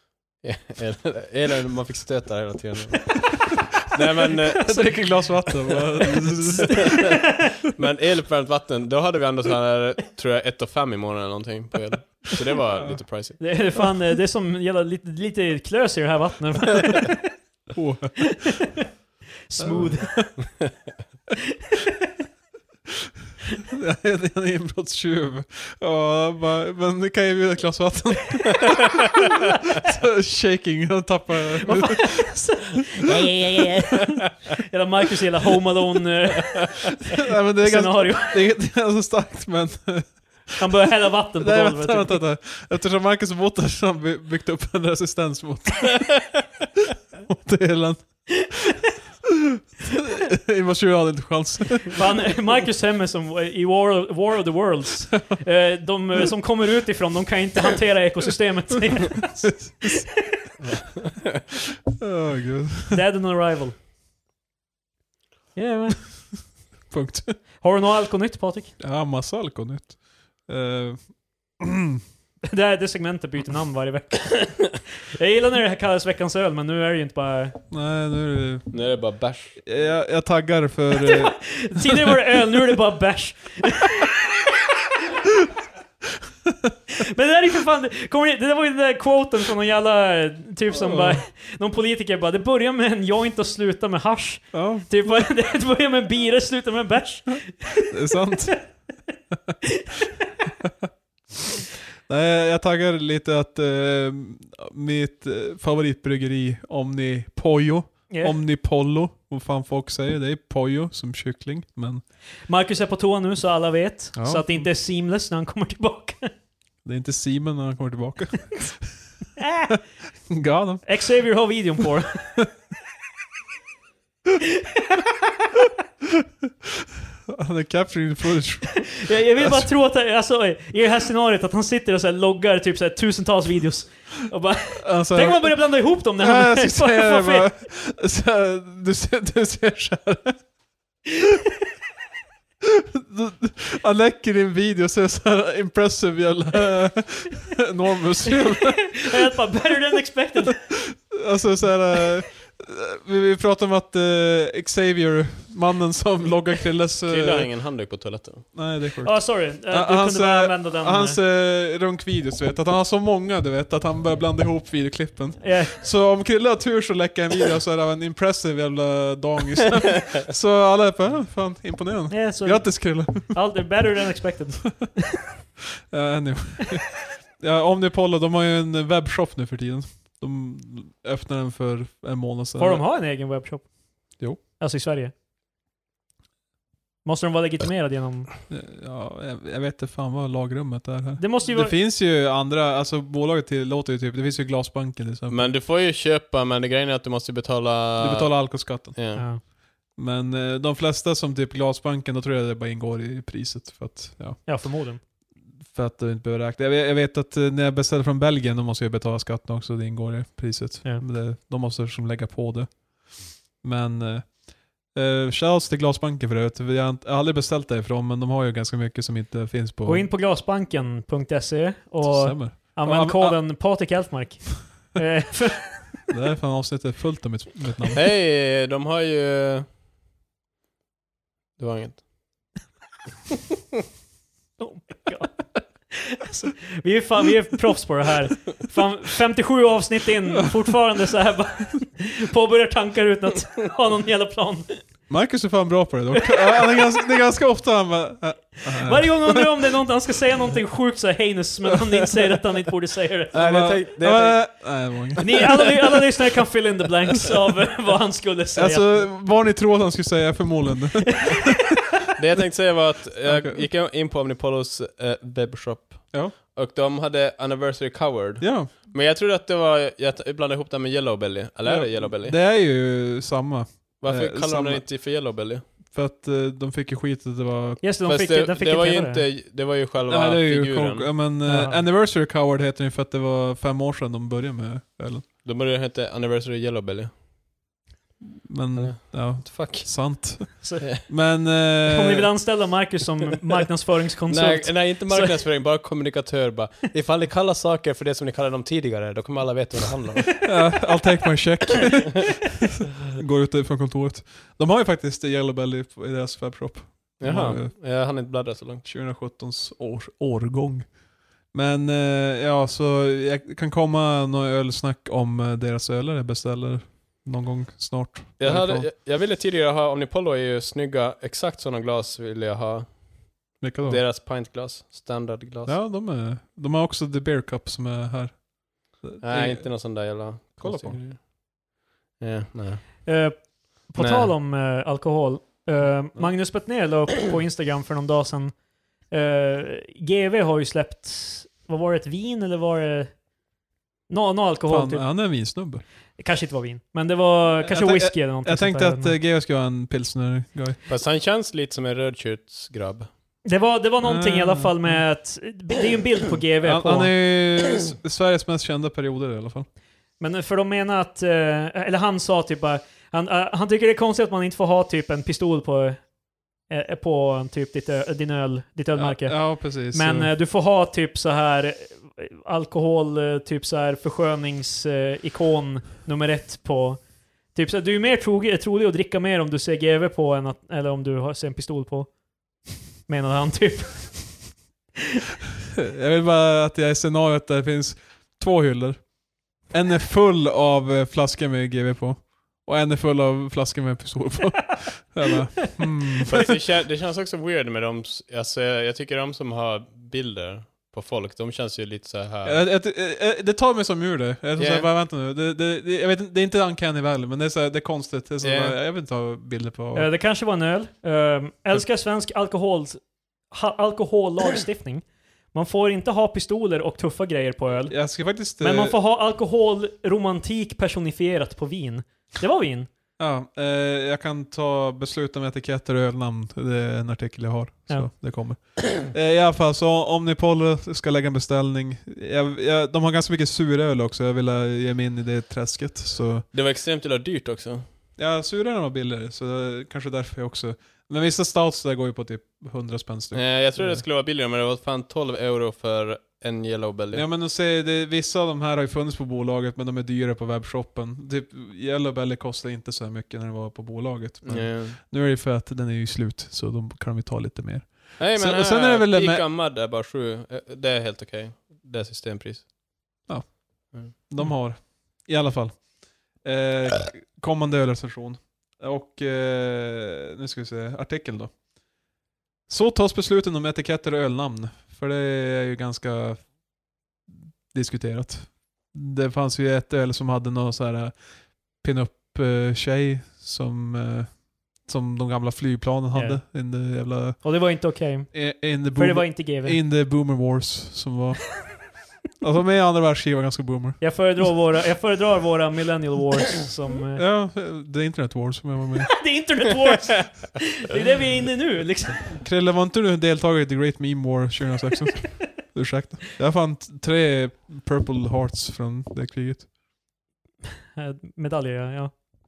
elen man fick stöta hela tiden. Nej men dricker glas vatten. Men eluppvärmt vatten, då hade vi ändå så här, tror jag 1,5 i månaden eller någonting på el. Så det var lite pricey. Det är fan, det är som gäller lite klös i det här vattnet. Smooth. Jag är en inbrottstjuv. Ja, men det kan ju bjuda ett glas vatten. Så shaking, han tappar... Hela Marcus hela Home Alone scenario. Det är så starkt, men... Han börjar hälla vatten på golvet. Vänta. Eftersom Marcus är borta så har han byggt upp en resistens mot elen. Invasion hade inte chans. Fan, Marcus Hemme som i War of the Worlds, de som kommer utifrån, de kan inte hantera ekosystemet. Gud. Dead on arrival. Yeah, man. Punkt. Har du något alkonytt, Patrik? Ja, massa alkonytt. Det segmentet byter namn varje vecka. Jag gillar när det här kallas veckans öl, men nu är det ju inte bara... Nej, nu är det bara bärs. Jag taggar för... Tidigare var det öl, nu är det bara bärs. Men det där är för fan... Det var ju den där quoten från någon jävla... Typ som bara... Någon politiker bara, det börjar med en joint och slutar med hasch. Ja. Typ bara, det börjar med en bira och slutar med en bärs. Det är sant. Nej, jag taggar lite att mitt favoritbryggeri Omnipollo, Omnipollo, vad fan folk säger, det är pollo som kyckling, men... Marcus är på toa nu så alla vet, så att det inte är seamless när han kommer tillbaka. Det är inte Simon när han kommer tillbaka. Galen. Xavier har videon på. Han är capturing footage. Jag vill bara tro att alltså, i det här scenariot att han sitter och så här, loggar typ så här, tusentals videos och bara alltså, tänk om man börjar blanda ihop dem när han du ser så här. Han läcker din video så är så här impressive jävla enormous. Jag bara better than expected. Alltså så här vi pratar om att Xavier, mannen som loggar Krilles... Krille har ingen handduk på toaletten. Nej, det är sjukt. Sorry. Du kunde bara använda den. Hans runkvideos, vet att han har så många, du vet, att han börjar blanda ihop videoklippen. Yeah. Så om Krille har tur så läcker en video så är det en impressive jävla dangis. Så alla är på, fan, imponerande. Yeah, grattis Krille. Allt är better than expected. Anyway. Ja, Omnipollo, de har ju en webbshop nu för tiden. De öppnade den för en månad sedan. Får de ha en egen webbshop? Jo. Alltså i Sverige? Måste de vara legitimerade genom... Ja, jag vet inte fan vad lagrummet är här. Det måste ju vara... finns ju andra, alltså bolaget låter ju typ, det finns ju Glasbanken till exempel. Men du får ju köpa, men det grejen är att du måste betala... Du betalar alkoholskatten. Ja. Men de flesta som typ Glasbanken, då tror jag det bara ingår i priset för att, ja, förmodligen. För att du inte behöver räkna. Jag vet att när jag beställer från Belgien, då måste jag betala skatten också, det ingår i priset. Ja. De måste som lägga på det. Men Shouts till Glasbanken för övrigt. Jag har aldrig beställt därifrån, men de har ju ganska mycket som inte finns på... Gå in på glasbanken.se och använd koden Patrik Elfmark. Det är fan avsnittet fullt av mitt namn. Hej, de har ju... Det var inget. Oh my god. Alltså, vi är proffs på det här. Fan, 57 avsnitt in, fortfarande så här bara påbörjar tankar utan att ha någon jävla plan. Marcus är fan bra på det dock. Det är ganska ofta han bara... Varje gång undrar om det är något, han ska säga någonting sjukt så här heinous, men han inte säger att han inte borde säga det. Alla lyssnare kan fill in the blanks av vad han skulle säga. Alltså, vad ni tror att han skulle säga förmodligen. Det jag tänkte säga var att jag gick in på Omnipolos webbshop. Ja. Och de hade Anniversary Covered. Ja. Men jag trodde att det var... Jag blandade ihop det med Yellow Belly. Eller är det Yellow Belly? Det är ju samma. Varför kallar de den inte för Yellow Belly? För att de fick ju skit att det var... Just det, det var ju inte... Det var ju själva figuren. Men Anniversary Covered heter det för att det var 5 år sedan de började med ölen. De började heta Anniversary Yellow Belly. Men, ja, fuck. Sant. Så, men... om ni vill anställa Marcus som marknadsföringskonsult? Nej, inte marknadsföring, bara kommunikatör. Bara. Ifall ni kallar saker för det som ni kallade dem tidigare, då kommer alla veta vad det handlar om. I'll take my check. Går ut från kontoret. De har ju faktiskt Yellow Belly i deras webbshop. Jaha, jag hann inte bläddra så långt. 2017s årgång. Men ja, så jag kan komma några ölsnack om deras öler jag beställer någon gång snart. Jag ville tidigare ha, Omnipolo är ju snygga, exakt sådana glas vill jag ha. Vilka då? Deras pintglas, standardglas. Ja, de har också The Beer Cup som är här. Nej, inte någon sån där jävla... Kolla på. Ja, nej. På tal om alkohol. Magnus Bettner la upp på Instagram för någon dag sedan. GV har ju släppt, vad var det, ett vin eller var det någon alkohol? Fan, typ. Han är en vinsnubbe. Det kanske inte var vin, men det var kanske whisky eller någonting. Jag tänkte att GV skulle vara en pilsner guy. Fast han känns lite som en rödtjutsgrabb. Det var någonting i alla fall med att det är ju en bild på GV han är ju Sveriges mest kända perioder i alla fall. Men för de menar att eller han sa typ bara, han tycker det är konstigt att man inte får ha typ en pistol på typ ditt ölmärke. Ja, precis. Men du får ha typ så här alkohol, typ så här försköningsikon nummer 1 på typ så här, du är mer trolig att dricka mer om du ser GV på eller om du ser en pistol på. Menade han typ. Jag vill bara att jag är scenariot där det finns 2 hyllor. En är full av flaskor med GV på. Och en är full av flaskor med pistol på. Det känns också weird med dem. Alltså, jag tycker de som har bilder på folk, de känns ju lite så här. Det tar mig som ur det. Vänta nu. Jag vet inte, det är inte uncanny valley, men det är så här, det är konstigt. Det är så jag vill inte ha bilder på. Det kanske var en öl. Älskar svensk alkohollagstiftning. Man får inte ha pistoler och tuffa grejer på öl. Jag ska faktiskt, men man får ha alkoholromantik personifierat på vin. Det var vin. Ja, jag kan ta beslut om etiketter och ölnamn. Det är en artikel jag har. Så det kommer. I alla fall, så om Omnipolo ska lägga en beställning. De har ganska mycket suröl också. Jag vill ge mig in i det träsket. Så. Det var extremt dyrt också. Ja, surölen var billigare. Så kanske därför jag också. Men vissa stouts där går ju på typ 100 spänn styck. Jag tror det skulle vara billigare, men det var fan 12 euro för en Yellow Belly. Ja, men vissa av de här har ju funnits på bolaget, men de är dyra på webbshoppen. Typ Yellow Belly kostar inte så mycket när det var på bolaget. Men nu är det för att den är ju slut, så då kan vi ta lite mer. Nej, men sen är det väl Ica Mud är bara 7. Det är helt okej. Det är systempris. Ja. De har i alla fall kommande ölrecension. Och nu ska vi se, artikel då. Så tas besluten om etiketter och ölnamn. För det är ju ganska diskuterat. Det fanns ju ett öl som hade någon så här pin-up-tjej som de gamla flygplanen hade. Och det var inte okej. För det var inte GV. In the Boomer Wars som var... Alltså med andra världskriget var ganska boomer. Jag föredrar våra Millennial Wars som... Ja, det är Internet Wars som jag var med. Det är Internet Wars! Det är det vi är inne i nu, liksom. Krille, var inte du deltagare i The Great Meme War 2016? Ursäkta. Jag fann 3 Purple Hearts från det kriget. Medaljer, ja.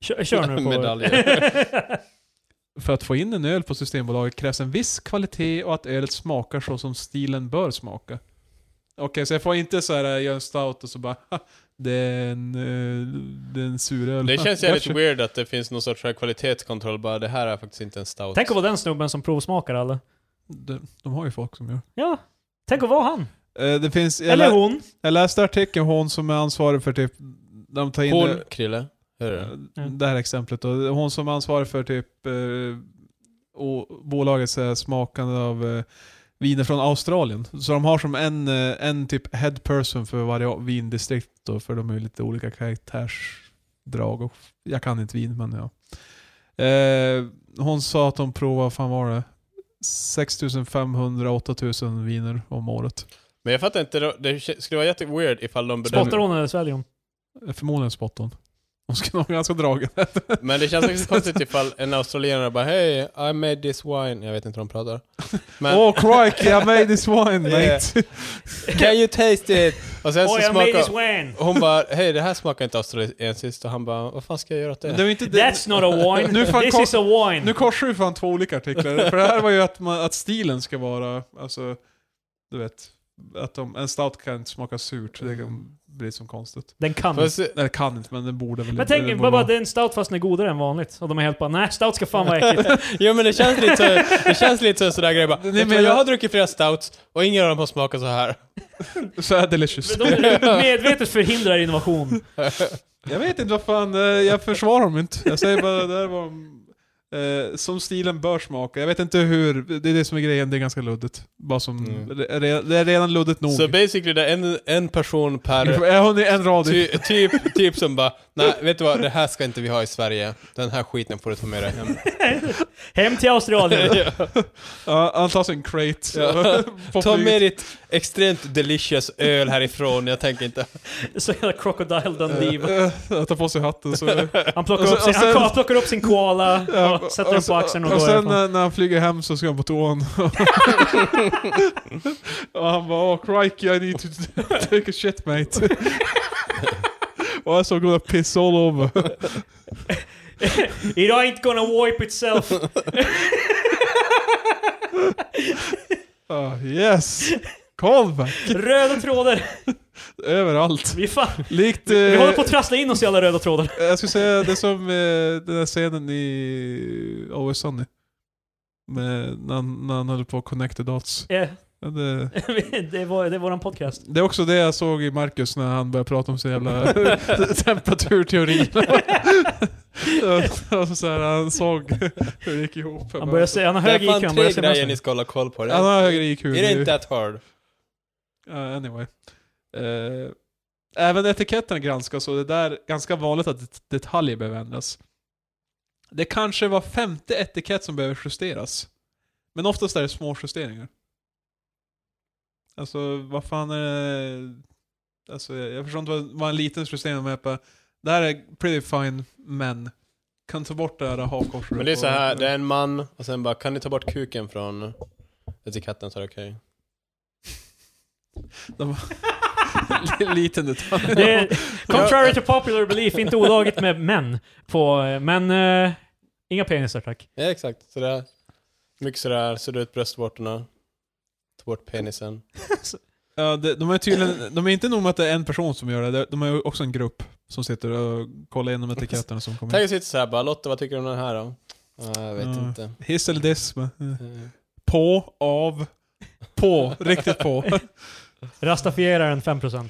Kör nu på medaljer. För att få in en öl på Systembolaget krävs en viss kvalitet och att ölet smakar så som stilen bör smaka. Okej, så jag får inte så här göra en stout och så bara det är en suröl. Det känns ju lite weird att det finns någon sorts kvalitetskontroll. Bara det här är faktiskt inte en stout. Tänk att vara den snubben som provsmakar alla. De har ju folk som gör. Ja, tänk att vara han. Det finns, eller hon. Jag läste artikeln, hon som är ansvarig för typ... De tar in hon, Krille. Det här exemplet. Och hon som är ansvarig för typ bolagets smakande av viner från Australien. Så de har som en typ head person för varje vindistrikt då, för de är lite olika karaktärsdrag och jag kan inte vin, men ja. Hon sa att de provar, fan var det 6500-8000 viner om året. Men jag fattar inte, det skulle vara jätteweird ifall de bedömer... Spottar hon eller sväljer hon? Förmodligen spottar hon. Hon ska nog ganska dragen. Men det känns också konstigt ifall en australienare bara hey, I made this wine. Jag vet inte hur de pratar. Men... crikey, I made this wine, mate. Can you taste it? Och sen så I made this wine. Hon bara, hej, det här smakar inte australiensiskt. Och han bara, vad fan ska jag göra åt det? Det inte That's not a wine. This is a wine. Nu korsar vi fan två olika artiklar. För det här var ju att stilen ska vara, alltså, du vet, att en stout kan inte smaka surt. Det kan bli som konstigt. Den kan. Nej, den kan inte, men den borde väl. Men tänk bara, det är en stout fast den är godare än vanligt. Och de är helt bara, nej, stout ska fan vara äckligt. Jo, men det känns lite sådär grej bara. Jag har druckit flera stouts och ingen av dem har smakat så här. Så är delicious. De medvetet förhindrar innovation. Jag vet inte vad fan, jag försvarar dem inte. Jag säger bara, det här var som stilen bör smaka. Jag vet inte hur, det är det som är grejen, det är ganska luddigt. Bara som, det är redan luddigt nog. Så basically det är en person per... en rad. Typ som bara, nej, vet du vad, det här ska inte vi ha i Sverige. Den här skiten får du ta med dig hem. Hem till Australien. Han tar sig en crate. Ja. Ta med ditt extremt delicious öl härifrån, jag tänker inte. Så jävla Crocodile Dundee. Han tar på sig hatten. Så. Han plockar upp sin koala. Ja. Sätter den på axeln och sen när han flyger hem så ska han på toan. Och han bara, crikey, I need to take a shit, mate. Och jag så gonna piss all over. It ain't gonna wipe itself. Yes. Callback. Röda trådar. Överallt. Vi håller på att trassla in oss i alla röda trådar. Jag skulle säga det som den här scenen i Always Sunny. När han höll på att connect the dots. Yeah. Det är våran podcast. Det är också det jag såg i Marcus när han började prata om sin jävla temperaturteori. så här, han såg hur det gick ihop. Han började säga, han har hög IQ. Det är fan 3 grejer ni ska hålla koll på. Han har högre IQ. It ain't that hard. Anyway. Även etiketten granskas och det där ganska vanligt att detaljer behöver ändras. Det kanske var 50 etikett som behöver justeras. Men oftast är det små justeringar. Alltså, vad fan är det? Alltså, jag förstår inte vad en liten justering är på. Det här är pretty fine, men kan ta bort det här hakkorset. Men det är så här, det är en man och sen bara, kan ni ta bort kuken från etiketten så är det okej. Liten detalj. Contrary to popular belief, inte olagligt med män på, men inga penisar, tack. Ja, exakt. Så det är mycket sådär, så du ut bröstvårtorna, ta bort penisen. Ja, de är tydligen, de är inte nog med att det är en person som gör det, de är också en grupp som sitter och kollar igenom etiketterna som kommer. Tänk att sitta såhär bara, Lotta, vad tycker du om den här då? Jag vet inte. Hiss eller diss? På, av, på, riktigt på. Rastafieraren 5%.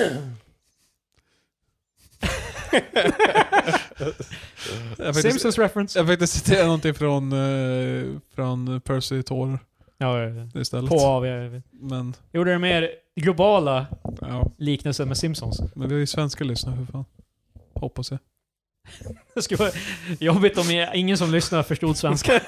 Simpsons reference. Jag fick citera någonting från Percy Tor. Ja, istället. På av. Men gjorde det mer globala liknelser med Simpsons. Men vi har ju svenska lyssnare för fan. Hoppas jag. Det skulle vara jobbigt om ingen som lyssnar förstod svenska.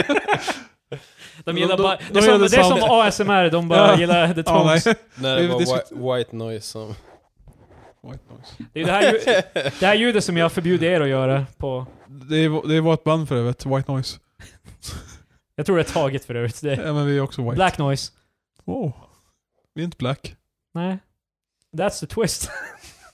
De gillar bara... Det är som ASMR, de bara gillar the tones. Nej, det var white noise som... White noise. Det är det här ljudet som jag förbjuder er att göra på... Det var ett band för övrigt, White Noise. Jag tror det är taget för övrigt. Ja, men vi är också white. Black Noise. Wow. Vi är inte black. Nej. That's the twist.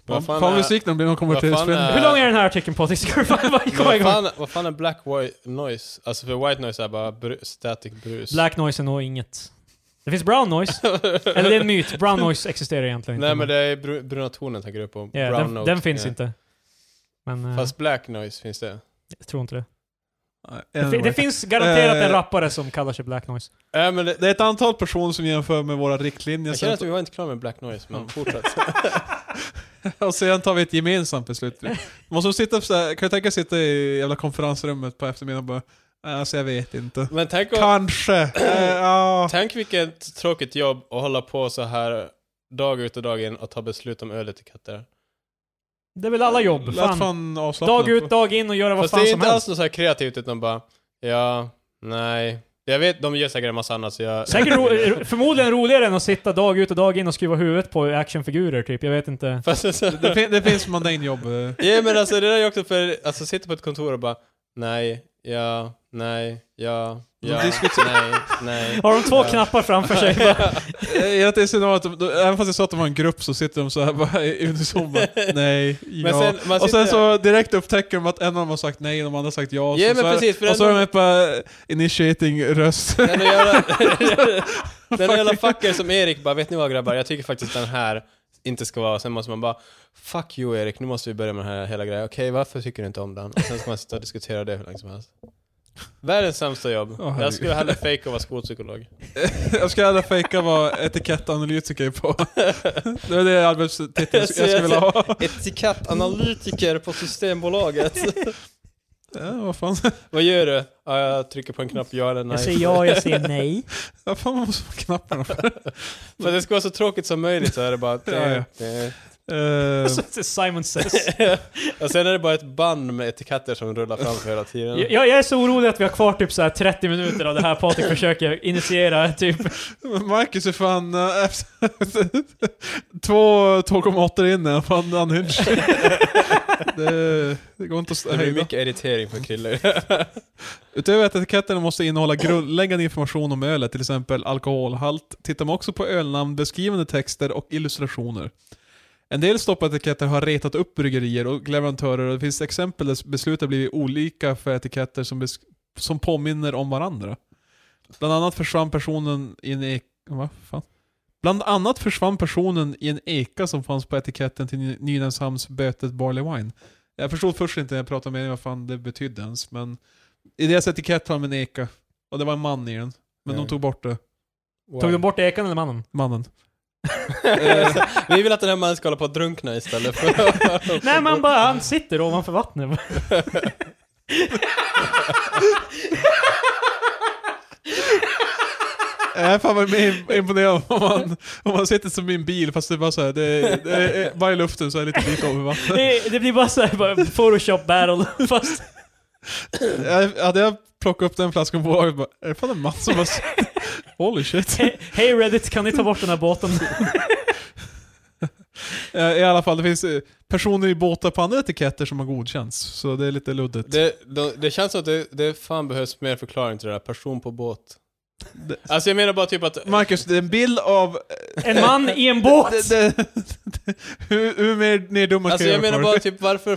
Fan besviken blir någon kommer till spel. Hur lång är den här artikeln på? Vad fan är black white noise? Alltså för white noise är bara static brus. Black noise är nog inget. Det finns brown noise. Eller det är en myt. Brown noise existerar egentligen inte. Nej, men det är bruna tonen tänker du på. Yeah, brown den finns inte. Men, fast black noise finns det. Jag tror inte det. Det finns garanterat en rappare som kallar sig black noise. Men det är ett antal personer som jämför med våra riktlinjer. Jag känner att vi var inte klara med black noise, men fortsätt. Och sen tar vi ett gemensamt beslut. Måste sitta så här, kan jag tänka sitta i jävla konferensrummet på eftermiddagen och bara, alltså jag vet inte. Men tänk kanske. Tänk vilket tråkigt jobb att hålla på så här dag ut och dag in och ta beslut om öletiketter. Det är väl alla jobb. Fan. Dag ut, dag in och göra vad fan som helst. Fast det är inte alls något så här kreativt utan bara, ja, nej. Jag vet, de gör säkert en massa annat så jag... Säkert förmodligen roligare än att sitta dag ut och dag in och skruva huvudet på actionfigurer typ, jag vet inte. Fast det finns mundane jobb. Ja, men alltså det där är också för, alltså sitta på ett kontor och bara, nej, ja, nej, ja, ja, nej. Har de två knappar framför sig? Det är så att även fast jag sa att de var en grupp så sitter de så här bara i unison bara, nej, ja. Men och sen så direkt upptäcker de att en av dem har sagt nej och de andra har sagt ja. Ja, men precis. Och så är de på initiating röst. Den jävla fucker som Erik bara, vet ni vad grabbar, jag tycker faktiskt den här inte ska vara, sen måste man bara, fuck you Erik, nu måste vi börja med den här hela grejen. Okej, varför tycker du inte om den? Och sen ska man sitta och diskutera det hur länge som helst. Världens sämsta jobb. Jag skulle hellre fejka och vara skolpsykolog. Jag skulle hellre fejka och vara etikettanalytiker på. Det är det arbetstiteln jag skulle vilja ha. Etikettanalytiker på Systembolaget. Ja, vad fan. Vad gör du? Ja, jag trycker på en knapp ja eller nej. Jag säger ja, jag säger nej. Vad fan måste man knapparna för? För det ska vara så tråkigt som möjligt så är det bara... Simon Says. Och sen är det bara ett band med etiketter som rullar framför hela tiden. Jag är så orolig att vi har kvar typ så här 30 minuter av det här Patrik försöker initiera typ. Marcus är fan 2,8 inne fan unhinged. Det går inte att det blir mycket editering för Krille. Utöver att etiketterna måste innehålla grundläggande information om ölet, till exempel alkoholhalt, tittar man också på ölnamn, beskrivande texter och illustrationer. En del stoppaetiketter har retat upp bryggerier och leverantörer och det finns exempel där beslut har blivit olika för etiketter som påminner om varandra. Bland annat försvann personen i en eka som fanns på etiketten till Nynäshamns bötet Barley Wine. Jag förstod först inte när jag pratade med vad fan det betydde ens, men i deras etikett har de en eka och det var en man i den, men de tog bort det. Wow. Tog de bort ekan eller mannen? Mannen. Vi vill att den här mannen ska hålla på att drunkna istället för... Nej, man bara, han sitter ovanför vattnet. Jag är fan mer imponerad om man sitter som i en bil fast det är bara så här, det är bara i luften så är det lite bit över vattnet. Det blir bara så här, bara Photoshop battle fast... Hade jag plockat upp den flaskan på bolaget bara, är det fan en man som har... Holy shit. Hej Reddit, kan ni ta bort den här båten? I alla fall, det finns personer i båtar på andra etiketter som har godkänts. Så det är lite luddigt. Det känns som att det fan behövs mer förklaring till det där. Person på båt. Alltså jag menar bara typ att... Marcus, det är en bild av... En man i en båt! Hur mer neddumma alltså jag menar bara typ, varför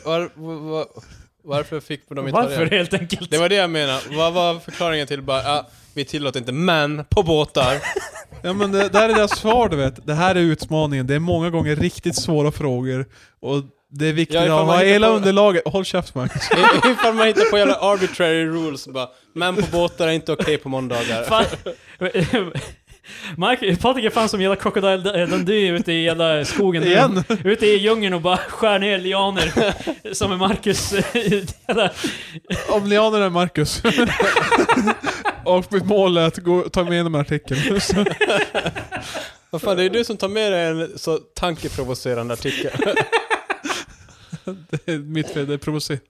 fick de inte varför det? Helt enkelt? Det var det jag menar. Vad var förklaringen till bara... vi tillåter inte män på båtar. Ja, men det där är deras svar, du vet. Det här är utmaningen. Det är många gånger riktigt svåra frågor. Och det är viktigt att ha hela underlaget. Håll käft, Marcus. Ifall man hittar på jävla arbitrary rules. Bara, män på båtar är inte okej på måndagar. Patrik är fan som jävla Crocodile Dundee ute i jävla skogen. Igen. Ute i djungeln och bara skär ner lianer. Som är Marcus. Om lianer är Marcus. Och mitt mål är att ta med en artikel. Vad fan, det är du som tar med dig en så tankeprovocerande artikel. Det är mitt fel, det är provocerande.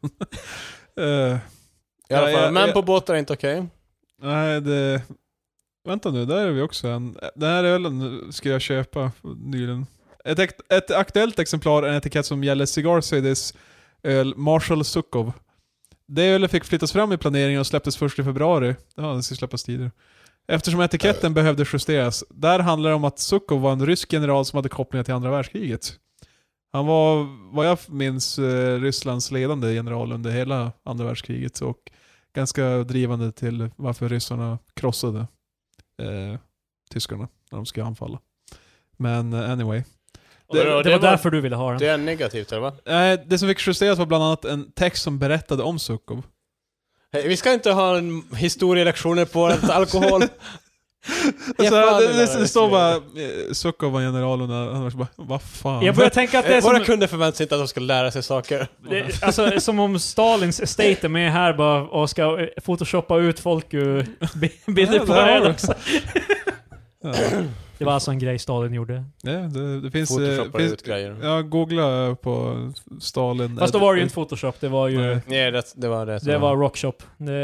I alla fall, män på båtar är inte okej. Nej, det... Vänta nu, där är vi också. Den här ölen ska jag köpa nyligen. Ett aktuellt exemplar är en etikett som gäller Cigar Cities öl Marshall Sukov. Det ölet fick flyttas fram i planeringen och släpptes först i februari. Ja, det ska släppas tidigare. Eftersom etiketten behövde justeras. Där handlar det om att Sukov var en rysk general som hade kopplingar till andra världskriget. Han var, vad jag minns, Rysslands ledande general under hela andra världskriget och ganska drivande till varför ryssarna krossade tyskarna när de skulle anfalla. Men anyway. Det var därför du ville ha den. Det är negativt, eller va? Det som fick justeras var bland annat en text som berättade om Sukhov. Hey, vi ska inte ha en historielektioner på alkohol. Alltså, det står bara Sukhov var general och han var bara, vad fan? Jag börjar tänka att det är våra som... kunder förväntar sig inte att de ska lära sig saker. Alltså som om Stalins estate är med här bara och ska photoshoppa ut folk ur bilder på det också. Det var alltså en grej Stalin gjorde. Ja, det finns... Photoshoppa ut grejer. Ja, googla på Stalin. Fast då var det ju inte Photoshop, det var ju... Nej, det var det. Det var Rockshop.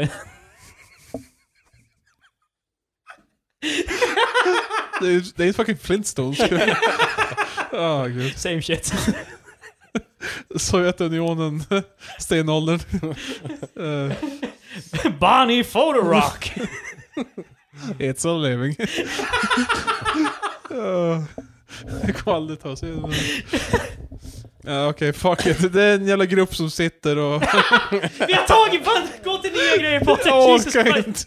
Det är fucking Flintstones. Oh, gud. Same shit. Sovjetunionen, stenåldern. Bonnie Photorock. It's a living. Jag kommer aldrig ta sig. Okej, fuck it. Det är en jävla grupp som sitter och... Vi har tagit gå till nya grejer på Jesus Christ.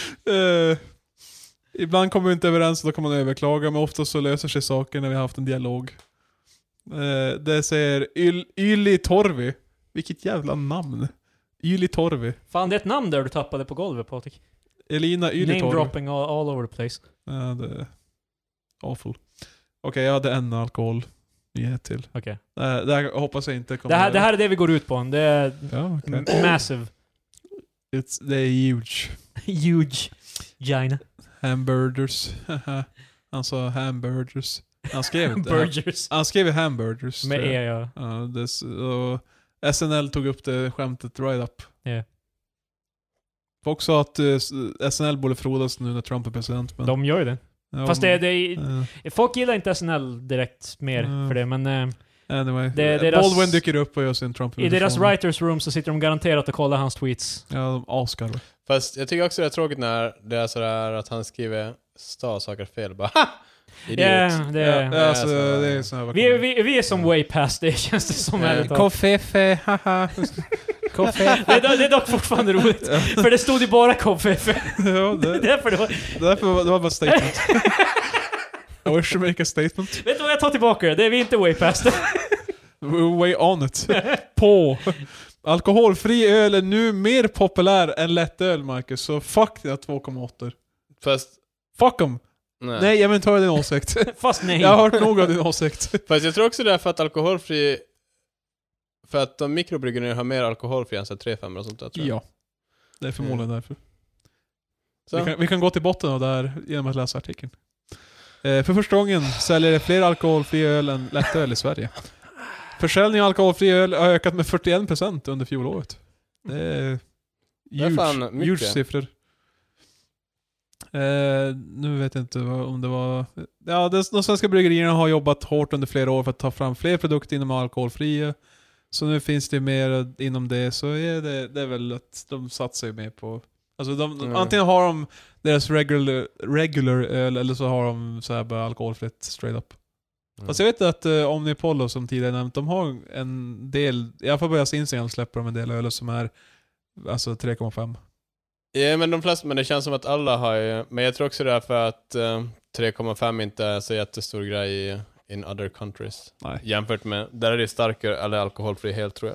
Ibland kommer vi inte överens och då kan man överklaga, men ofta så löser sig saker när vi har haft en dialog. Det säger Yli Torvi. Vilket jävla namn. Yli Torvi. Fan, det är ett namn där du tappade på golvet, Patrik. Elina Yli Torvi. Name dropping all over the place. Ja, det är awful. Okej, jag hade en alkohol. Till. Okej. Det här hoppas jag inte kommer... Det här är det vi går ut på. Det är massive. Det är huge. Huge. Gina. Hamburgers. Han sa hamburgers. Han skrev Burgers. Han skrev hamburgers. Med ja. Och SNL tog upp det skämtet right up. Yeah. Folk sa att SNL borde frodas nu när Trump är president. Men... De gör ju det. Ja, fast folk gillar inte SNL direkt mer för det, men... Anyway, deras, Baldwin dyker upp och gör sin Trump. I deras writers room så sitter de garanterat och kollar hans tweets. Ja, de askarvar. Fast jag tycker också det är tråkigt när det är sådär att han skriver saker fel. Bara HA! Idiot. Det är så vi är som way past det, känns det som. Koffefe, haha. Det är dock fortfarande roligt. För det stod ju bara koffefe. Ja, därför det var bara statement. I wish to make a statement. Vet du vad, jag tar tillbaka det? Det är vi inte way past det. We're way on it. Alkoholfri öl är nu mer populär än lättöl, Marcus. Så fuck det 2,8. Fast... Fuck them. Nej, jag vill inte höra din åsikt. Fast nej. Jag har hört nog av din åsikt. Fast jag tror också det är för att alkoholfri... För att de mikrobryggerna har mer alkoholfri än 3,5 och sånt där, tror jag. Ja. Det är förmodligen därför. Vi kan gå till botten av det här genom att läsa artikeln. För första gången säljer det fler alkoholfri öl än lättöl i Sverige. Försäljningen av alkoholfri öl har ökat med 41% under fjolåret. Det är huge siffror. Nu vet jag inte om det var... Ja, de svenska bryggerierna har jobbat hårt under flera år för att ta fram fler produkter inom alkoholfria. Så nu finns det mer inom det, så är det är väl att de satsar ju mer på... Alltså antingen har de deras regular öl eller så har de så här bara alkoholfritt straight up. Fast jag vet att Omnipollo som tidigare nämnt, de har en del, i alla fall på deras Instagram släpper de en del öl som är alltså 3,5. Ja, men det känns som att alla har ju, men jag tror också det är för att 3,5 inte är så jättestor grej in other countries. Nej. Jämfört med, där är det starkare eller alkoholfri helt, tror jag.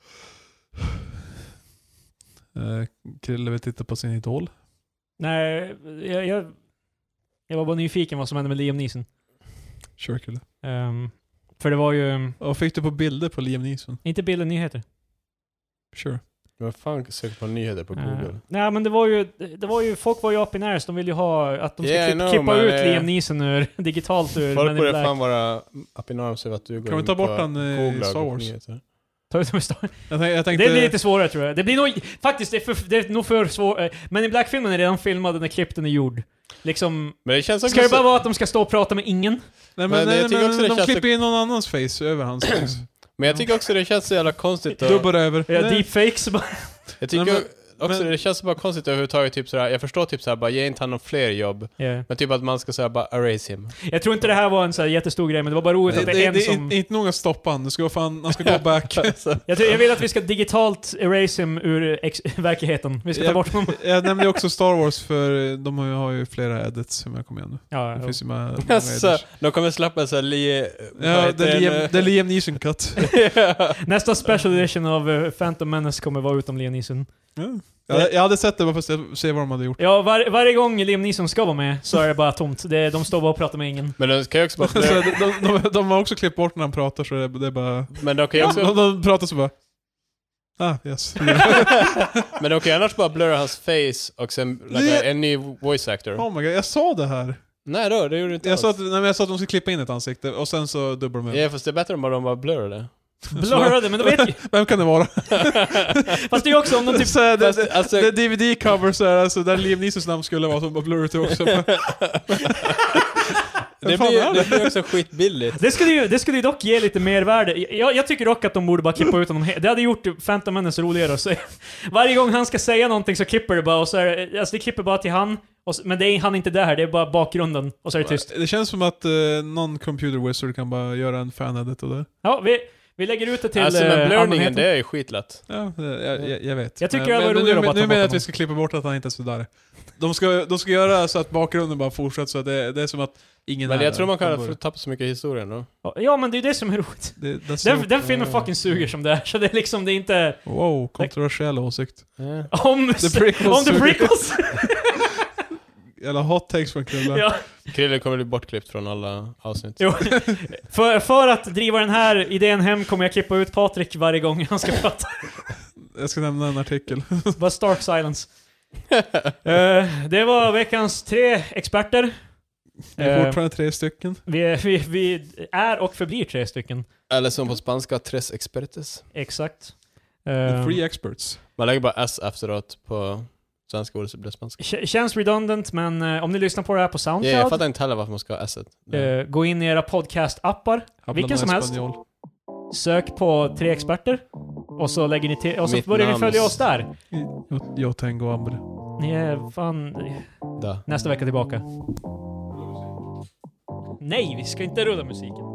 Krille vill titta på sin idol. Nej, jag var bara nyfiken vad som hände med Liam Neeson. Sure, Krille. För det var ju... Vad fick du på bilder på Liam Neeson? Inte bilder, nyheter. Sure. Vad fan söker på nyheter på Google? Nej, men det var ju folk var ju up in airs. De ville ju ha att de ska klippa ut Liam Neeson digitalt ur folk borde fan vara up in arms över att du går. Kan vi ta bort den i Star Wars? Jag tänkte... Det blir lite svårare, tror jag. Det blir nog... Faktiskt, det är nog för svårt. Men i Black-filmen är redan filmad när klippen är gjord. Liksom... Men det känns också ska det bara vara att de ska stå och prata med ingen? Nej, men de klipper in någon annans face över hans face. Men jag tycker också det känns så jävla konstigt. Dubbar över. Ja, deepfakes. Jag tycker också, det känns bara konstigt överhuvudtaget, typ sådär, jag förstår typ såhär, bara ge inte han någon fler jobb. Yeah. Men typ att man ska säga bara erase him. Jag tror inte det här var en så här jättestor grej, men det var bara roligt att det är en som... Det är inte nog att stoppa han, han ska gå back. jag vill att vi ska digitalt erase him ur verkligheten. Vi ska ta bort honom. Jag nämnde också Star Wars, för de har ju flera edits som jag kommer igen nu. Ja, det finns ju många de kommer släppa så det Liam Neeson cut. Nästa special edition av Phantom Menace kommer vara utom Liam Neeson. Jag hade sett det bara för att se vad de hade gjort. Ja, varje gång Liam Neeson ska vara med så är det bara tomt. De står bara och pratar med ingen. Men de kan ju också bara... de har också klippt bort när han pratar, så det är bara... Men de kan ju också... de pratar så bara... Yes. Men de kan ju annars bara blurra hans face och sen en ny voice actor. Oh my god, jag sa det här. Nej då, det gjorde du inte jag sa att de skulle klippa in ett ansikte och sen så dubbar de. Ja, fast det är bättre om de bara blurrar det. Blurrade, men då vet jag. Vem kan det vara? Fast det är också om de typ... det DVD-cover så här, alltså, där Liam Neesons namn skulle vara, som bara blurrat det också. Det blir också skitbilligt. Det skulle ju dock ge lite mer värde. Jag tycker dock att de borde bara klippa ut honom. Det hade gjort Phantom Menace roligare. Så varje gång han ska säga någonting så klipper det bara. Och så är, alltså det klipper bara till han. Men det är han inte där, det är bara bakgrunden. Och så är det tyst. Det känns som att någon computer wizard kan bara göra en fan-edit av det. Ja, vi lägger ut det till alltså, men blurringen, det är ju skitlätt. Ja, jag vet. Jag tycker det var roligare att bara ta bort menar att vi ska klippa bort att han inte är sådär. De ska göra så att bakgrunden bara fortsätter, så att det är som att ingen... Men jag tror man kan tappa så mycket historia då. Ja, men det är det som är roligt. Den filmen fucking suger som det är, så det är liksom, det är inte... Wow, kontroversiell åsikt. Om the prequels. Eller hot takes från Krille. Ja. Krille kommer bli bortklippt från alla avsnitt. Jo. För att driva den här idén hem kommer jag klippa ut Patrik varje gång han ska prata. Jag ska nämna en artikel. Bara Stark Silence. Det var veckans 3 experter. Vi är fortfarande 3 stycken. Vi är och förblir 3 stycken. Eller som på spanska, 3 expertes. Exakt. The 3 experts. Man lägger bara S efteråt på svenska ordet, så blir det spanska. Känns redundant, men om ni lyssnar på det här på SoundCloud... Jag fattar inte heller varför man ska ha S-et. Gå in i era podcast-appar. Vilken som helst. Sök på 3 experter. Och så lägger ni till... Och så börjar ni följa oss där. Jag tänker Ambre. Ni är fan... Nästa vecka tillbaka. Nej, vi ska inte rulla musiken.